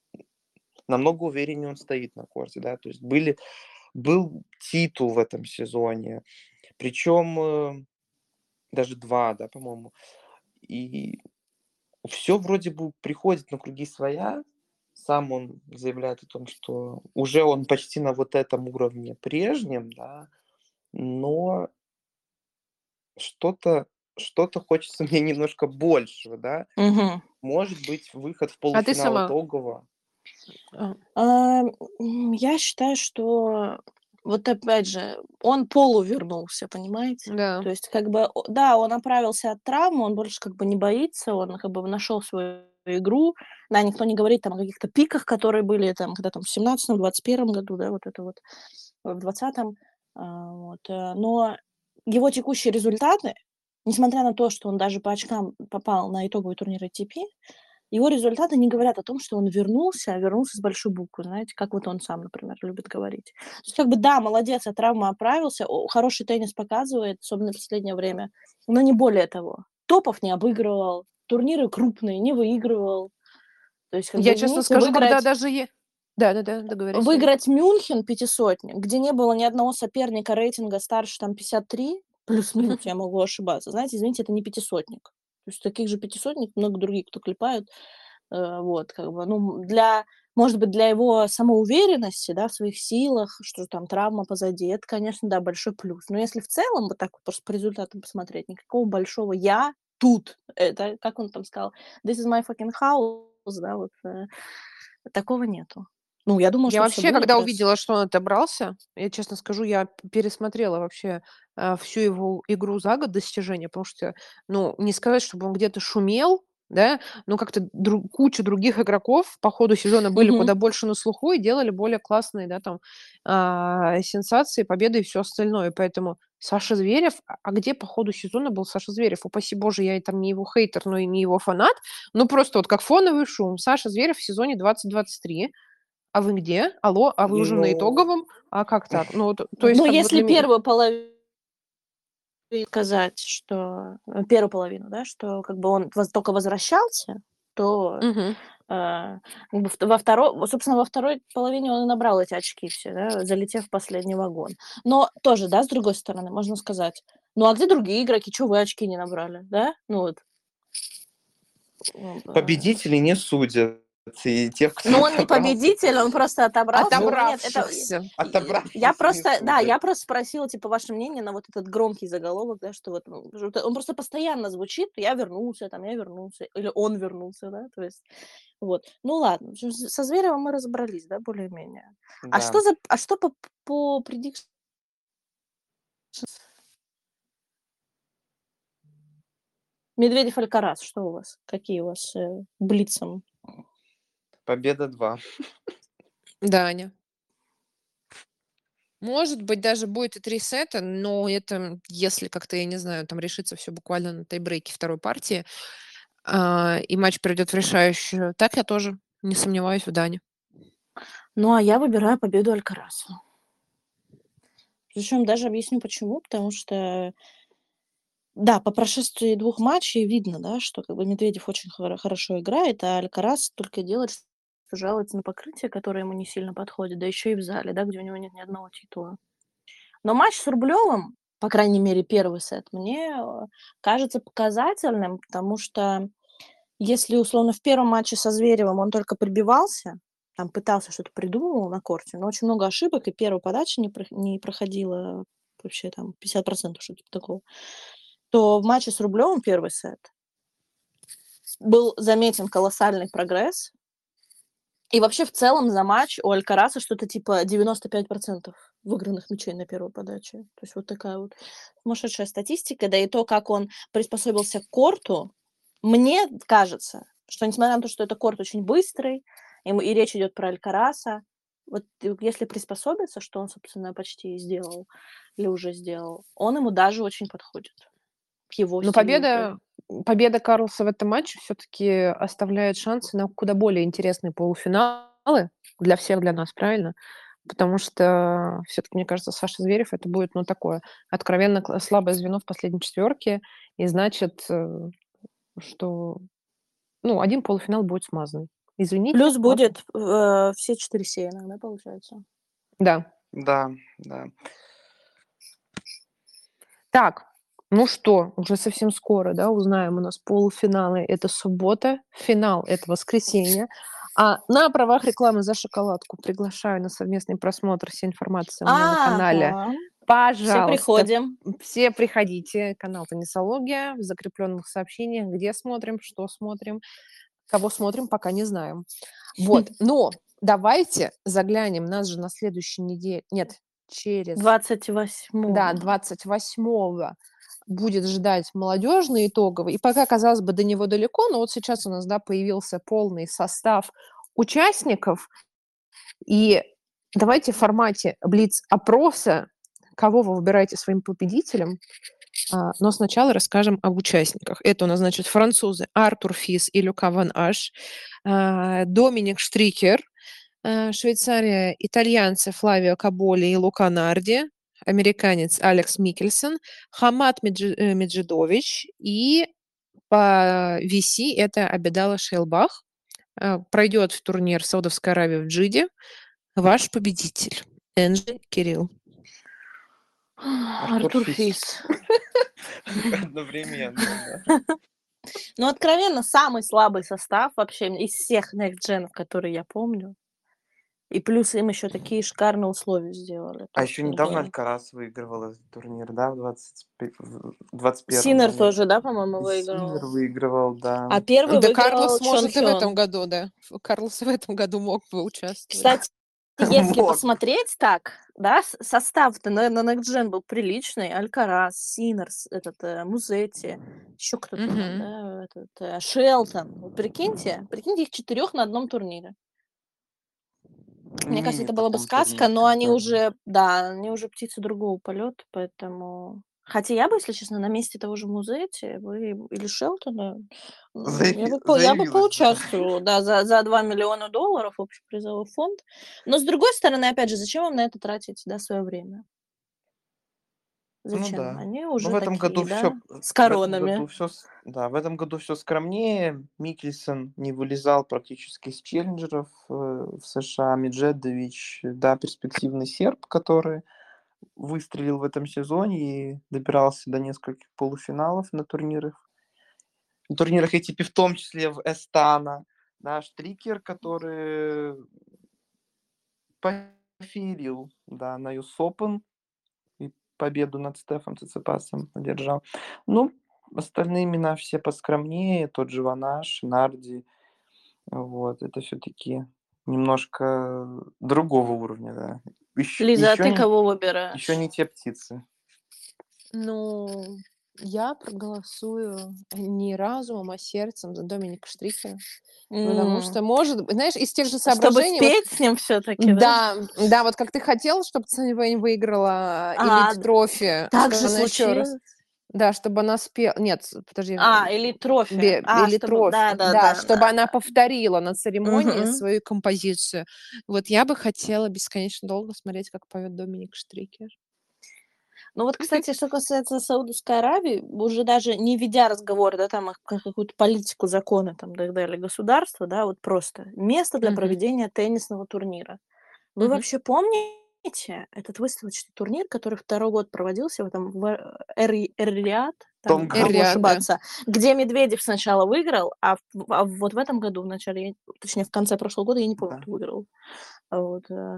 [SPEAKER 3] намного увереннее он стоит на корте, да. То есть были был титул в этом сезоне, причем, э, даже два, да, по-моему. И все вроде бы приходит на круги своя. Сам он заявляет о том, что уже он почти на вот этом уровне прежнем, да, но что-то что-то хочется мне немножко большего, да.
[SPEAKER 2] Мгм.
[SPEAKER 3] Может быть, выход в
[SPEAKER 1] А ты
[SPEAKER 3] полуфинал
[SPEAKER 1] сама?
[SPEAKER 3] итогового.
[SPEAKER 1] А,
[SPEAKER 2] А, м, я считаю, что вот опять же, он полувернулся, понимаете?
[SPEAKER 1] да.
[SPEAKER 2] То есть как бы, о да, он оправился от травмы, он больше как бы не боится, он как бы нашел свою игру. Да, никто не говорит там о каких-то пиках, которые были там, когда там в семнадцатом двадцать первом году, да, вот это вот, э, в двадцатом. А, вот, э, но его текущие результаты, несмотря на то, что он даже по очкам попал на итоговый турнир A T P, его результаты не говорят о том, что он вернулся, а вернулся с большой буквы, знаете, как вот он сам, например, любит говорить. То есть как бы да, молодец, от травмы оправился, о, хороший теннис показывает, особенно в последнее время, но не более того. Топов не обыгрывал, турниры крупные не выигрывал. То есть как бы,
[SPEAKER 1] Я честно
[SPEAKER 2] извините,
[SPEAKER 1] скажу, когда
[SPEAKER 2] выиграть
[SPEAKER 1] даже е Да-да-да, договори, сори.
[SPEAKER 2] выиграть Мюнхен пятисотник, где не было ни одного соперника рейтинга старше там пятьдесят три, плюс-минус, я могу ошибаться. Знаете, извините, это не пятисотник. То есть таких же пятисотник много других, кто клепают. Э, вот, как бы, ну, для, может быть, для его самоуверенности, да, в своих силах, что там травма позади, это, конечно, да, большой плюс. Но если в целом вот так вот просто по результатам посмотреть, никакого большого "я тут", это, как он там сказал, "This is my fucking house", да, вот, э, такого нету. Ну, я думала,
[SPEAKER 1] Я
[SPEAKER 2] что все
[SPEAKER 1] вообще,
[SPEAKER 2] будет
[SPEAKER 1] когда
[SPEAKER 2] раз.
[SPEAKER 1] увидела, что он отобрался, я честно скажу, я п пересмотрела вообще, а, всю его игру за год достижения, потому что, ну, не сказать, чтобы он где-то шумел, да, но как-то дру куча других игроков по ходу сезона были
[SPEAKER 2] Мгм.
[SPEAKER 1] куда больше на слуху и делали более классные, да, там, а, сенсации, победы и все остальное. Поэтому Саша Зверев, а а где по ходу сезона был Саша Зверев? Упаси боже, я и там не его хейтер, но и не его фанат. Ну, просто вот как фоновый шум. Саша Зверев в сезоне двадцать двадцать три. А вы где? Алло, а вы уже на
[SPEAKER 3] Ну,
[SPEAKER 1] итоговом? А как так? Ну, вот, то есть,
[SPEAKER 2] Но
[SPEAKER 1] как бы
[SPEAKER 2] если
[SPEAKER 1] для меня.
[SPEAKER 2] первую половину сказать, что, э, первую половину, да, что как бы он воз только возвращался, то,
[SPEAKER 1] Мгм.
[SPEAKER 2] э, как бы вт во второй вот, собственно, во второй половине он и набрал эти очки все, да, залетев в последний вагон. Но тоже, да, с другой стороны, можно сказать: "Ну, а где другие игроки? Чё вы очки не набрали?" Да? Ну вот, м, э
[SPEAKER 3] победители не судят, и тех, кто
[SPEAKER 2] Ну, он не
[SPEAKER 3] отобрался,
[SPEAKER 2] победитель, он
[SPEAKER 3] тоже.
[SPEAKER 2] просто отобрался.
[SPEAKER 3] Ну,
[SPEAKER 2] Но нет, это и
[SPEAKER 1] Отобравшихся.
[SPEAKER 2] и я
[SPEAKER 3] отобравшихся не
[SPEAKER 2] просто, да,
[SPEAKER 3] судят.
[SPEAKER 2] я просто спросила, типа, ваше мнение на вот этот громкий заголовок, да, что вот, ну, что это он просто постоянно звучит: "Я вернулся", там, "Я вернулся" или "Он вернулся", да, то есть вот. Ну ладно, в общем, с со Зверевым мы разобрались, да, более-менее. А что
[SPEAKER 3] Да.
[SPEAKER 2] за а что по по предикшн Медведев, Алькарас, что у вас? Какие у вас, э, блицом?
[SPEAKER 3] Победа два.
[SPEAKER 1] Да, Аня. Может быть, даже будет и три сета, но это, м, если как-то, я не знаю, там решится все буквально на тайбрейке второй партии, а, и матч перейдет в решающую. Так я тоже не сомневаюсь в Дане.
[SPEAKER 2] Ну, а я выбираю победу Алькараза. Причем даже объясню почему. Потому что, да, по прошествии двух матчей видно, да, что как бы Медведев очень хоро хорошо играет, а Алькараз только и делает, что жалуется на покрытие, которое ему не сильно подходит, да еще и в зале, да, где у него нет ни одного титула. Но матч с Рублевым, по крайней мере, первый сет, мне, э, кажется показательным, потому что если, условно, в первом матче со Зверевым он только прибивался, там пытался что-то придумывал на корте, но очень много ошибок, и первая подача не прох не проходила вообще там пятьдесят процентов, что-то типа такого, то в матче с Рублевым первый сет был заметен колоссальный прогресс. И вообще в целом за матч у Алькараза что-то типа девяносто пять процентов выигранных мячей на первой подаче. То есть вот такая вот сумасшедшая статистика. Да и то, как он приспособился к корту, мне кажется, что несмотря на то, что это корт очень быстрый, и, м- и речь идет про Алькараза, вот э, если приспособиться, что он, собственно, почти и сделал или уже сделал, он ему даже очень подходит к его
[SPEAKER 1] Но
[SPEAKER 2] стилю игры.
[SPEAKER 1] победа победа Карлоса в этом матче все-таки оставляет шансы на куда более интересные полуфиналы для всех, для нас, правильно? Потому что все-таки, мне кажется, Саша Зверев это будет, ну, такое откровенно кла- слабое звено в последней четверке, и значит, э, что, ну, один полуфинал будет смазан. Извините,
[SPEAKER 2] Плюс
[SPEAKER 1] ладно.
[SPEAKER 2] будет э, все четыре сеяна, да, получается?
[SPEAKER 1] Да.
[SPEAKER 3] Да, да.
[SPEAKER 1] Так, ну что, уже совсем скоро, да, узнаем. У нас полуфиналы — это суббота, финал — это воскресенье. А на правах рекламы за шоколадку приглашаю на совместный просмотр. Вся информация у меня на канале.
[SPEAKER 2] Ага. Все
[SPEAKER 1] Пожалуйста,
[SPEAKER 2] приходим.
[SPEAKER 1] все приходите. Канал «Теннисология» в закрепленных сообщениях, где смотрим, что смотрим, кого смотрим, пока не знаем. Вот, но давайте заглянем. Нас же на следующей неделе, нет, через
[SPEAKER 2] двадцать
[SPEAKER 1] да,
[SPEAKER 2] восьмого.
[SPEAKER 1] двадцать восьмого будет ждать молодежный итоговый. И пока, казалось бы, до него далеко, но вот сейчас у нас, да, появился полный состав участников. И давайте в формате блиц-опроса, кого вы выбираете своим победителем, а, но сначала расскажем об участниках. Это у нас, значит, французы Артур Фис и Люка Ван Аш, а, Доминик Штрикер, а, Швейцария, итальянцы Флавио Каболи и Лука Нарди, американец Алекс Микельсон, Хамад Меджи- э, Меджидович и по ви си это Абидала Шейлбах. А, Пройдет турнир Саудовской Аравии в Джиде. Ваш победитель Энджи Кирилл.
[SPEAKER 3] Артур
[SPEAKER 2] Артур
[SPEAKER 3] Фис.
[SPEAKER 2] Фис.
[SPEAKER 3] Одновременно, да.
[SPEAKER 2] Ну, откровенно, самый слабый состав вообще из всех next-gen, которые я помню. И плюс им еще такие шикарные условия сделали. То
[SPEAKER 3] А
[SPEAKER 2] есть
[SPEAKER 3] еще
[SPEAKER 2] как
[SPEAKER 3] недавно
[SPEAKER 2] бы...
[SPEAKER 3] Алькарас выигрывал этот турнир, да, в двадцать пе- в двадцать первом,
[SPEAKER 2] Синер
[SPEAKER 3] наверное.
[SPEAKER 2] тоже, да, по-моему,
[SPEAKER 3] И Синер
[SPEAKER 2] выиграл?
[SPEAKER 3] выигрывал, да.
[SPEAKER 2] А первый
[SPEAKER 1] Да,
[SPEAKER 2] выиграл
[SPEAKER 1] Карлос
[SPEAKER 2] Чон
[SPEAKER 1] может и в этом
[SPEAKER 2] Хён.
[SPEAKER 1] году, да. Ф- Карлос в этом году мог бы участвовать.
[SPEAKER 2] Кстати, если
[SPEAKER 3] Мог.
[SPEAKER 2] посмотреть так, да, с- состав-то на, на Next Gen был приличный. Алькарас, Синерс, этот, э, Музетти, еще кто-то там,
[SPEAKER 1] Мгм.
[SPEAKER 2] да, этот, э, Шелтон. Вот прикиньте, прикиньте их четырех на одном турнире. Мне кажется,
[SPEAKER 3] Мини
[SPEAKER 2] это была бы
[SPEAKER 3] таком
[SPEAKER 2] сказка, но
[SPEAKER 3] турнирчике,
[SPEAKER 2] они
[SPEAKER 3] да.
[SPEAKER 2] уже, да, они уже птицы другого полета, поэтому... Хотя я бы, если честно, на месте того же Музетти вы или Шелтона, м, я
[SPEAKER 3] Заяви-
[SPEAKER 2] бы, по- я бы
[SPEAKER 3] Заявилась бы.
[SPEAKER 2] поучаствовала, да, за, за два миллиона долларов общий призовой фонд. Но, с другой стороны, опять же, зачем вам на это тратить, да, свое время?
[SPEAKER 3] Ну
[SPEAKER 2] Зачем?
[SPEAKER 3] да.
[SPEAKER 2] Они
[SPEAKER 3] Но в
[SPEAKER 2] уже
[SPEAKER 3] этом году
[SPEAKER 2] такие,
[SPEAKER 3] все,
[SPEAKER 2] да, с
[SPEAKER 3] в этом году
[SPEAKER 2] коронами.
[SPEAKER 3] все, да, в этом году все скромнее. Микельсон не вылезал практически из челленджеров э, в США. Меджедович, да, перспективный серб, который выстрелил в этом сезоне и добирался до нескольких полуфиналов на турнирах. На турнирах эй ти пи, в том числе в Эстана. Да, Штрикер, который пофеерил, да, на ю эс Open и победу над Стефом Циципасом одержал. Ну, остальные имена все поскромнее. Тот же Ванаш, Нарди. Вот, это все-таки немножко другого уровня, да. Еще,
[SPEAKER 2] Лиза, а
[SPEAKER 3] еще
[SPEAKER 2] ты
[SPEAKER 3] не,
[SPEAKER 2] кого
[SPEAKER 3] еще
[SPEAKER 2] выбираешь?
[SPEAKER 3] не те птицы.
[SPEAKER 1] Ну, Я проголосую не разумом, а сердцем за Доминика Штрихера. Потому
[SPEAKER 2] М.
[SPEAKER 1] что, может б знаешь, из тех же
[SPEAKER 2] Чтобы
[SPEAKER 1] соображений, вот
[SPEAKER 2] спеть с ним всё-таки, да?
[SPEAKER 1] Да, да, вот как ты хотел, чтоб Цинь Вэнь выиграла
[SPEAKER 2] А,
[SPEAKER 1] Elite
[SPEAKER 2] д
[SPEAKER 1] Trophy,
[SPEAKER 2] так
[SPEAKER 1] что
[SPEAKER 2] же
[SPEAKER 1] она еще раз
[SPEAKER 2] случилось?
[SPEAKER 1] да, чтобы она спе нет, подожди,
[SPEAKER 2] А,
[SPEAKER 1] м,
[SPEAKER 2] Elite Trophy.
[SPEAKER 1] бе
[SPEAKER 2] А,
[SPEAKER 1] Elite
[SPEAKER 2] чтобы
[SPEAKER 1] Trophy, да,
[SPEAKER 2] да-да-да,
[SPEAKER 1] чтобы она
[SPEAKER 2] да-да.
[SPEAKER 1] повторила на церемонии
[SPEAKER 2] Мгм.
[SPEAKER 1] свою композицию. Вот я бы хотела бесконечно долго смотреть, как поет Доминик Штрихер.
[SPEAKER 2] Ну вот, кстати, что касается Саудовской Аравии, уже даже не ведя разговор, да, там, о ка какую-то политику, законы, там, так далее, государства, да, вот просто место для
[SPEAKER 1] Мгм.
[SPEAKER 2] проведения теннисного турнира. Вы
[SPEAKER 1] Мгм.
[SPEAKER 2] вообще помните этот выставочный турнир, который второй год проводился в этом в Эр Эр-Рияд,
[SPEAKER 3] В том
[SPEAKER 2] там, могу
[SPEAKER 3] году.
[SPEAKER 1] Эр-Рияд, да.
[SPEAKER 2] ошибаться, где Медведев сначала выиграл, а в а вот в этом году, в начале, я точнее, в конце прошлого года, я не помню,
[SPEAKER 3] Да.
[SPEAKER 2] кто выиграл. Вот, э.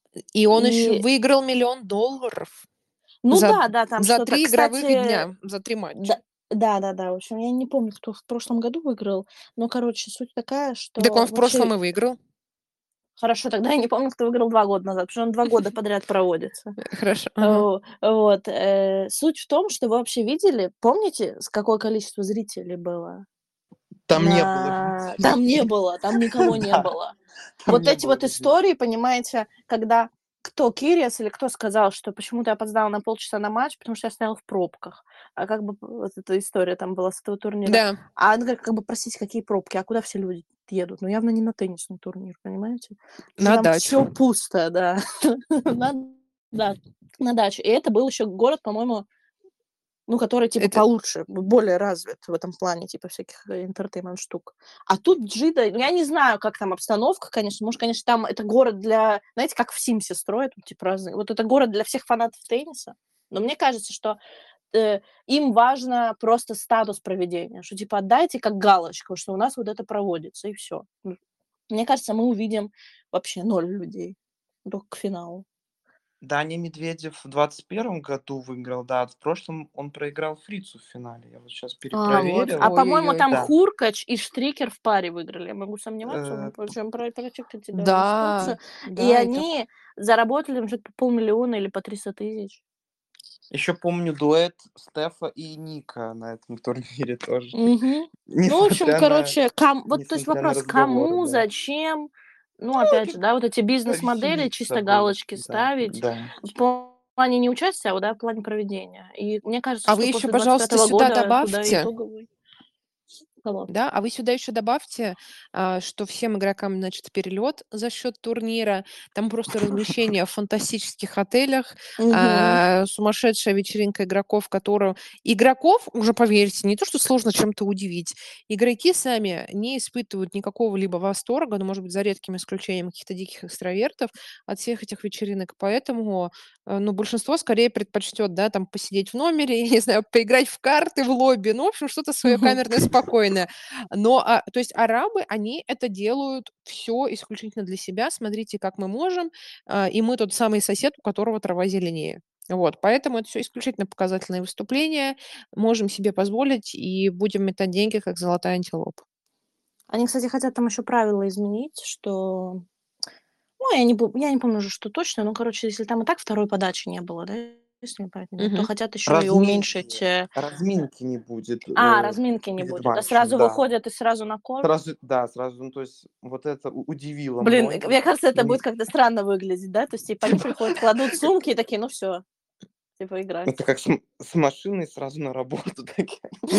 [SPEAKER 1] И он еще
[SPEAKER 2] И
[SPEAKER 1] выиграл миллион долларов
[SPEAKER 2] Ну
[SPEAKER 1] за
[SPEAKER 2] да, да, там
[SPEAKER 1] за
[SPEAKER 2] что-то,
[SPEAKER 1] три игровых
[SPEAKER 2] кстати,
[SPEAKER 1] дня, за три матча.
[SPEAKER 2] да да-да-да, в общем, я не помню, кто в прошлом году выиграл, но, короче, суть такая,
[SPEAKER 1] Дак он
[SPEAKER 2] что
[SPEAKER 1] в
[SPEAKER 2] вообще
[SPEAKER 1] прошлом и выиграл.
[SPEAKER 2] Хорошо, тогда я не помню, кто выиграл два года назад, потому что он два года подряд проводится.
[SPEAKER 1] Э, хорошо, ага.
[SPEAKER 2] О вот, э, суть в том, что вы вообще видели, помните, с какое количество зрителей было?
[SPEAKER 3] Там не было
[SPEAKER 2] На
[SPEAKER 3] зрителей.
[SPEAKER 2] там не было, там никого не
[SPEAKER 3] Да,
[SPEAKER 2] было.
[SPEAKER 3] там
[SPEAKER 2] Вот
[SPEAKER 3] не
[SPEAKER 2] эти
[SPEAKER 3] было
[SPEAKER 2] вот
[SPEAKER 3] людей.
[SPEAKER 2] истории, понимаете, когда кто, Кириас или кто сказал, что почему-то я опоздала на полчаса на матч, потому что я стояла в пробках. А как бы п вот эта история там была с этого турнира.
[SPEAKER 1] Да.
[SPEAKER 2] А он говорит, как бы, простите, какие пробки, а куда все люди едут? Ну, явно не на теннисный турнир, понимаете? Что
[SPEAKER 1] На
[SPEAKER 2] там всё
[SPEAKER 1] дачу.
[SPEAKER 2] пусто, да. На да, на дачу. И это был еще город, по-моему, ну, который типа
[SPEAKER 1] Это
[SPEAKER 2] получше, б более развит в этом плане, типа всяких entertainment штук. А тут Джидда, я не знаю, как там обстановка, конечно. Может, конечно, там это город для, знаете, как в "Симсе" строят, вот типа разные. Вот это город для всех фанатов тенниса. Но мне кажется, что, э, им важно просто статус проведения, что типа отдайте как галочку, что у нас вот это проводится, и всё. М, мне кажется, мы увидим вообще ноль людей только к финалу.
[SPEAKER 3] Даня Медведев в двадцать первом году выиграл, да, а в прошлом он проиграл Фрицу в финале. Я вот щас
[SPEAKER 2] А, вот.
[SPEAKER 3] перепроверил.
[SPEAKER 2] А, по-моему,
[SPEAKER 1] Ой-ой-ой.
[SPEAKER 2] там
[SPEAKER 3] Да.
[SPEAKER 2] Хуркач и Штрикер в паре выиграли. Я могу сомневаться, но
[SPEAKER 3] Э, п
[SPEAKER 2] прочим про прочекайте, да,
[SPEAKER 1] Да,
[SPEAKER 2] ситуацию. И
[SPEAKER 1] да, это
[SPEAKER 2] они заработали там чё-то по полмиллиона или по триста тысяч.
[SPEAKER 3] Еще помню дуэт Стефа и Ника на этом турнире тоже.
[SPEAKER 2] Мгм. Ну, в общем,
[SPEAKER 3] Несмотря на
[SPEAKER 2] короче, кам вот, то есть
[SPEAKER 3] несмотря на
[SPEAKER 2] вопрос:
[SPEAKER 3] разговоры,
[SPEAKER 2] кому,
[SPEAKER 3] да.
[SPEAKER 2] зачем? Ну,
[SPEAKER 3] Ну,
[SPEAKER 2] опять
[SPEAKER 3] это
[SPEAKER 2] же, да, вот эти бизнес-модели,
[SPEAKER 3] повеселиться
[SPEAKER 2] чисто
[SPEAKER 3] было.
[SPEAKER 2] галочки
[SPEAKER 3] Да,
[SPEAKER 2] ставить
[SPEAKER 3] да.
[SPEAKER 2] в плане не участия, а вот, да, в плане проведения. И мне кажется,
[SPEAKER 1] А вы
[SPEAKER 2] что
[SPEAKER 1] еще,
[SPEAKER 2] после двадцать
[SPEAKER 1] пожалуйста,
[SPEAKER 2] пятого
[SPEAKER 1] сюда
[SPEAKER 2] года туда
[SPEAKER 1] добавьте
[SPEAKER 2] итоговый Кого?
[SPEAKER 1] Да, а вы сюда еще добавьте, а, что всем игрокам, значит, перелет за счет турнира. Там просто размещение в фантастических отелях,
[SPEAKER 2] Мгм.
[SPEAKER 1] а, сумасшедшая вечеринка игроков, которую игроков, уже поверьте, не то что сложно чем-то удивить, игроки сами не испытывают никакого либо восторга, ну, может быть, за редким исключением каких-то диких экстравертов, от всех этих вечеринок. Поэтому, э, ну, большинство скорее предпочтет, да, там посидеть в номере, я не знаю, поиграть в карты в лобби, ну, в общем, что-то свое
[SPEAKER 2] Мгм.
[SPEAKER 1] камерное, спокойное. Но, а, то есть арабы, они это делают всё исключительно для себя. Смотрите, как мы можем, а, и мы тот самый сосед, у которого трава зеленее. Вот, поэтому это всё исключительно показательные выступления. Можем себе позволить и будем метать деньги, как золотая антилопа.
[SPEAKER 2] Они, кстати, хотят там еще правила изменить, что ну, я не пом я не помню уже, что точно, но, короче, если там и так второй подачи не было, да, если мне память не изменяет, то
[SPEAKER 1] Мгм.
[SPEAKER 2] хотят еще и уменьшить,
[SPEAKER 3] Разминки
[SPEAKER 2] э
[SPEAKER 3] разминки не будет,
[SPEAKER 2] А,
[SPEAKER 3] э,
[SPEAKER 2] разминки не
[SPEAKER 3] перед
[SPEAKER 2] будет, да?
[SPEAKER 3] матчем,
[SPEAKER 2] Сразу
[SPEAKER 3] да.
[SPEAKER 2] выходят и сразу на корт?
[SPEAKER 3] Сразу, да, сразу, ну, то есть вот это у удивило
[SPEAKER 2] Блин, э, мне
[SPEAKER 3] многих.
[SPEAKER 2] кажется, это
[SPEAKER 3] Не
[SPEAKER 2] будет как-то странно выглядеть, да? То есть, типа, они приходят, кладут сумки и такие: "Ну всё, типа,
[SPEAKER 3] Это
[SPEAKER 2] играть".
[SPEAKER 3] как с м с машиной сразу на работу такие.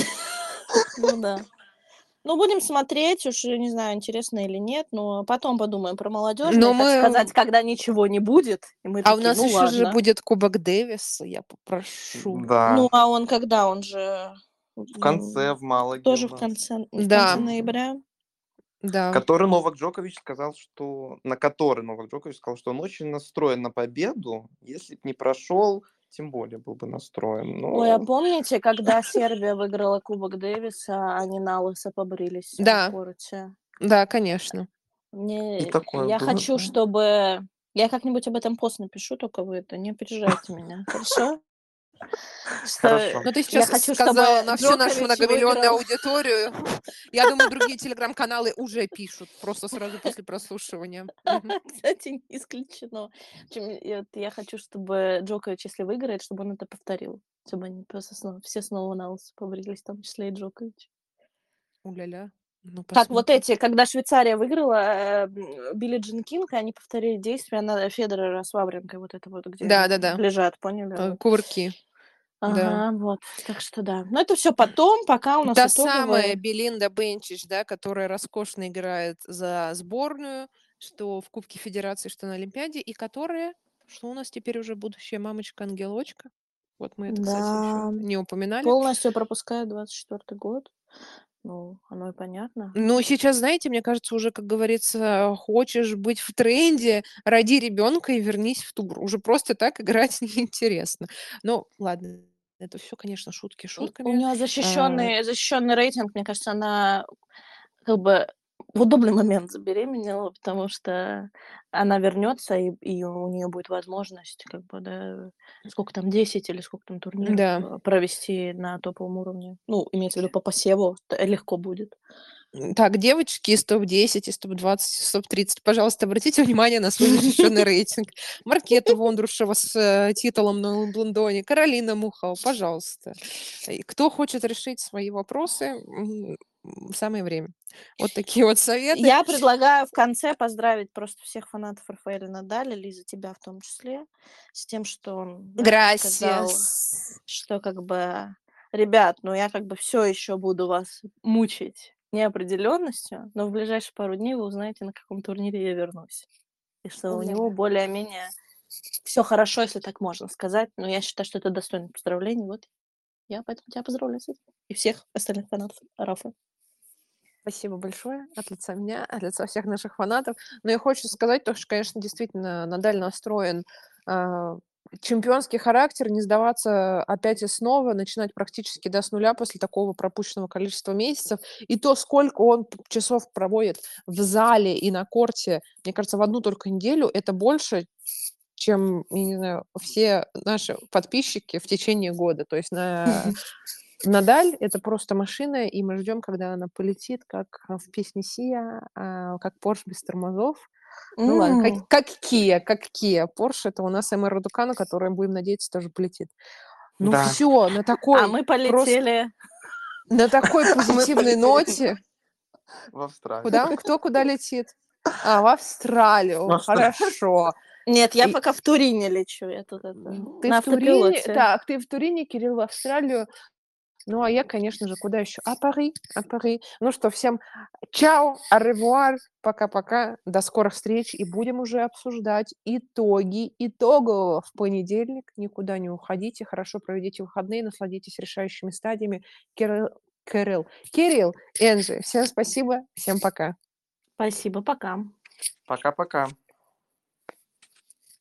[SPEAKER 2] Ну да. Ну, будем смотреть, уж не знаю, интересно или нет, но потом подумаем про молодежные,
[SPEAKER 1] Но
[SPEAKER 2] так сказать,
[SPEAKER 1] мы
[SPEAKER 2] когда ничего не будет, и мы
[SPEAKER 1] А у
[SPEAKER 2] такие:
[SPEAKER 1] нас
[SPEAKER 2] "Ну
[SPEAKER 1] еще же
[SPEAKER 2] ладно".
[SPEAKER 1] будет Кубок Дэвиса, я попрошу.
[SPEAKER 2] Ну,
[SPEAKER 3] Да.
[SPEAKER 2] а он когда? Он же,
[SPEAKER 3] В конце
[SPEAKER 2] м,
[SPEAKER 3] в Малаге у
[SPEAKER 2] тоже в
[SPEAKER 3] нас.
[SPEAKER 2] конце в конце
[SPEAKER 1] Да.
[SPEAKER 2] ноября?
[SPEAKER 1] Да.
[SPEAKER 3] Который Новак Джокович сказал, что на который Новак Джокович сказал, что он очень настроен на победу. Если б не прошел, тем более был бы настроен.
[SPEAKER 2] Ой, а
[SPEAKER 3] Но
[SPEAKER 2] помните, когда Сербия выиграла Кубок Дэвиса, они налысо побрились, э, на
[SPEAKER 1] Да.
[SPEAKER 2] корте?
[SPEAKER 1] Да, конечно.
[SPEAKER 3] И
[SPEAKER 2] Мне
[SPEAKER 3] такое
[SPEAKER 2] я
[SPEAKER 3] было,
[SPEAKER 2] хочу,
[SPEAKER 3] да.
[SPEAKER 2] чтобы я как-нибудь об этом пост напишу, только вы это не опережайте меня, хорошо? Что
[SPEAKER 3] Хорошо.
[SPEAKER 1] Ну, ты
[SPEAKER 2] я
[SPEAKER 1] сейчас
[SPEAKER 2] хочу,
[SPEAKER 1] сказала
[SPEAKER 2] чтобы
[SPEAKER 1] на всю нашу
[SPEAKER 2] Джокович
[SPEAKER 1] многомиллионную
[SPEAKER 2] выиграл.
[SPEAKER 1] аудиторию. Я думаю, другие телеграм-каналы уже пишут просто сразу после прослушивания. Мгм.
[SPEAKER 2] Кстати, не исключено. В общем, и вот я хочу, чтобы Джокович, если выиграет, чтобы он это повторил. чтобы они просто снова все снова на лысо побрились, в том числе и Джокович.
[SPEAKER 1] У-ля-ля. Ну,
[SPEAKER 2] Как вот
[SPEAKER 1] посмотрим.
[SPEAKER 2] эти, когда Швейцария выиграла, э, м, Билли Джин Кинг, и они повторили действия на Федерера с Вавринкой, вот это вот, где они
[SPEAKER 1] Да-да-да.
[SPEAKER 2] лежат, поняли?
[SPEAKER 1] Э,
[SPEAKER 2] Вот.
[SPEAKER 1] кувырки. Да.
[SPEAKER 2] Ага, вот. Так что да. Но это все потом, пока у нас
[SPEAKER 1] Та самая
[SPEAKER 2] итоговые.
[SPEAKER 1] Белинда Бенчич, да, которая роскошно играет за сборную, что в Кубке Федерации, что на Олимпиаде, и которая, что у нас теперь уже будущая мамочка-ангелочка. Вот мы это, кстати, еще
[SPEAKER 2] Да,
[SPEAKER 1] не упоминали.
[SPEAKER 2] полностью пропускает двадцать четвёртый год. Ну, оно и понятно.
[SPEAKER 1] Ну, сейчас, знаете, мне кажется, уже, как говорится, хочешь быть в тренде, роди ребенка и вернись в тур. Уже просто так играть неинтересно. Ну, ладно, это все, конечно, шутки
[SPEAKER 2] У у
[SPEAKER 1] шутками.
[SPEAKER 2] неё
[SPEAKER 1] А,
[SPEAKER 2] защищенный защищенный рейтинг, мне кажется, она как бы в удобный момент забеременела, потому что она вернется, и и у нее будет возможность как бы, да, сколько там, десять или сколько там турниров,
[SPEAKER 1] да.
[SPEAKER 2] э, провести на топовом уровне. Ну, имеется в виду по посеву, т легко будет.
[SPEAKER 1] М, Так, девочки из топ десять, из топ двадцать, из топ тридцать, пожалуйста, обратите внимание на свой защищенный рейтинг. Маркета Вондрушева с э, титулом на Уимблдоне, Каролина Мухова, пожалуйста. И кто хочет решить свои вопросы, м, м, самое время. Вот такие вот советы.
[SPEAKER 2] Я предлагаю в конце поздравить просто всех фанатов Рафаэля Надаля, Лиза, тебя в том числе, с тем, что он, да, сказал,
[SPEAKER 1] Gracias.
[SPEAKER 2] что как бы: "Ребят, ну я как бы все еще буду вас мучить неопределенностью, но в ближайшие пару дней вы узнаете, на каком турнире я вернусь". И что у него
[SPEAKER 1] У-ля-ля.
[SPEAKER 2] более-менее все хорошо, если так можно сказать. Но я считаю, что это достойно поздравлений. Вот я поэтому тебя поздравляю с этим. И всех остальных фанатов Рафы.
[SPEAKER 1] Спасибо большое от лица меня, от лица всех наших фанатов. Но я хочу сказать то, что, конечно, действительно Надаль настроен а, чемпионский характер, не сдаваться опять и снова, начинать практически да, с нуля после такого пропущенного количества месяцев. И то, сколько он п- часов проводит в зале и на корте, мне кажется, в одну только неделю, это больше, чем, я не знаю, все наши подписчики в течение года. То есть на Надаль — это просто машина, и мы ждем, когда она полетит, как а, в песне Сия, а, как Порш без тормозов. Ну ладно, как,
[SPEAKER 2] М.
[SPEAKER 1] как Kia, как Kia. Порш — это у нас Эмма Радукану, которая, будем надеяться, тоже полетит. Ну
[SPEAKER 3] Да,
[SPEAKER 1] все, на
[SPEAKER 2] А
[SPEAKER 1] такой
[SPEAKER 2] мы
[SPEAKER 1] просто,
[SPEAKER 2] полетели.
[SPEAKER 1] на такой
[SPEAKER 3] а мы
[SPEAKER 1] позитивной
[SPEAKER 3] полетели
[SPEAKER 1] ноте.
[SPEAKER 3] в Австралию.
[SPEAKER 1] Куда? Кто куда летит? А, в
[SPEAKER 3] В
[SPEAKER 1] Австралию.
[SPEAKER 3] Австралию.
[SPEAKER 1] Хорошо.
[SPEAKER 2] Нет, я
[SPEAKER 1] И,
[SPEAKER 2] пока в Турине лечу. Я тут это
[SPEAKER 1] м, ты
[SPEAKER 2] на
[SPEAKER 1] в Турине?
[SPEAKER 2] автопилоте.
[SPEAKER 1] Так, ты в Турине, Кирилл в Австралию. Ну, а я, конечно же, куда еще? А Пари, а Пари. Ну что, всем чао, аревуар, пока-пока, до скорых встреч, и будем уже обсуждать итоги итогового в понедельник. Никуда не уходите, хорошо проведите выходные, насладитесь решающими стадиями. Кирилл, Кирилл, Кирилл, Энджи, всем спасибо, всем пока.
[SPEAKER 2] Спасибо, пока.
[SPEAKER 3] Пока-пока.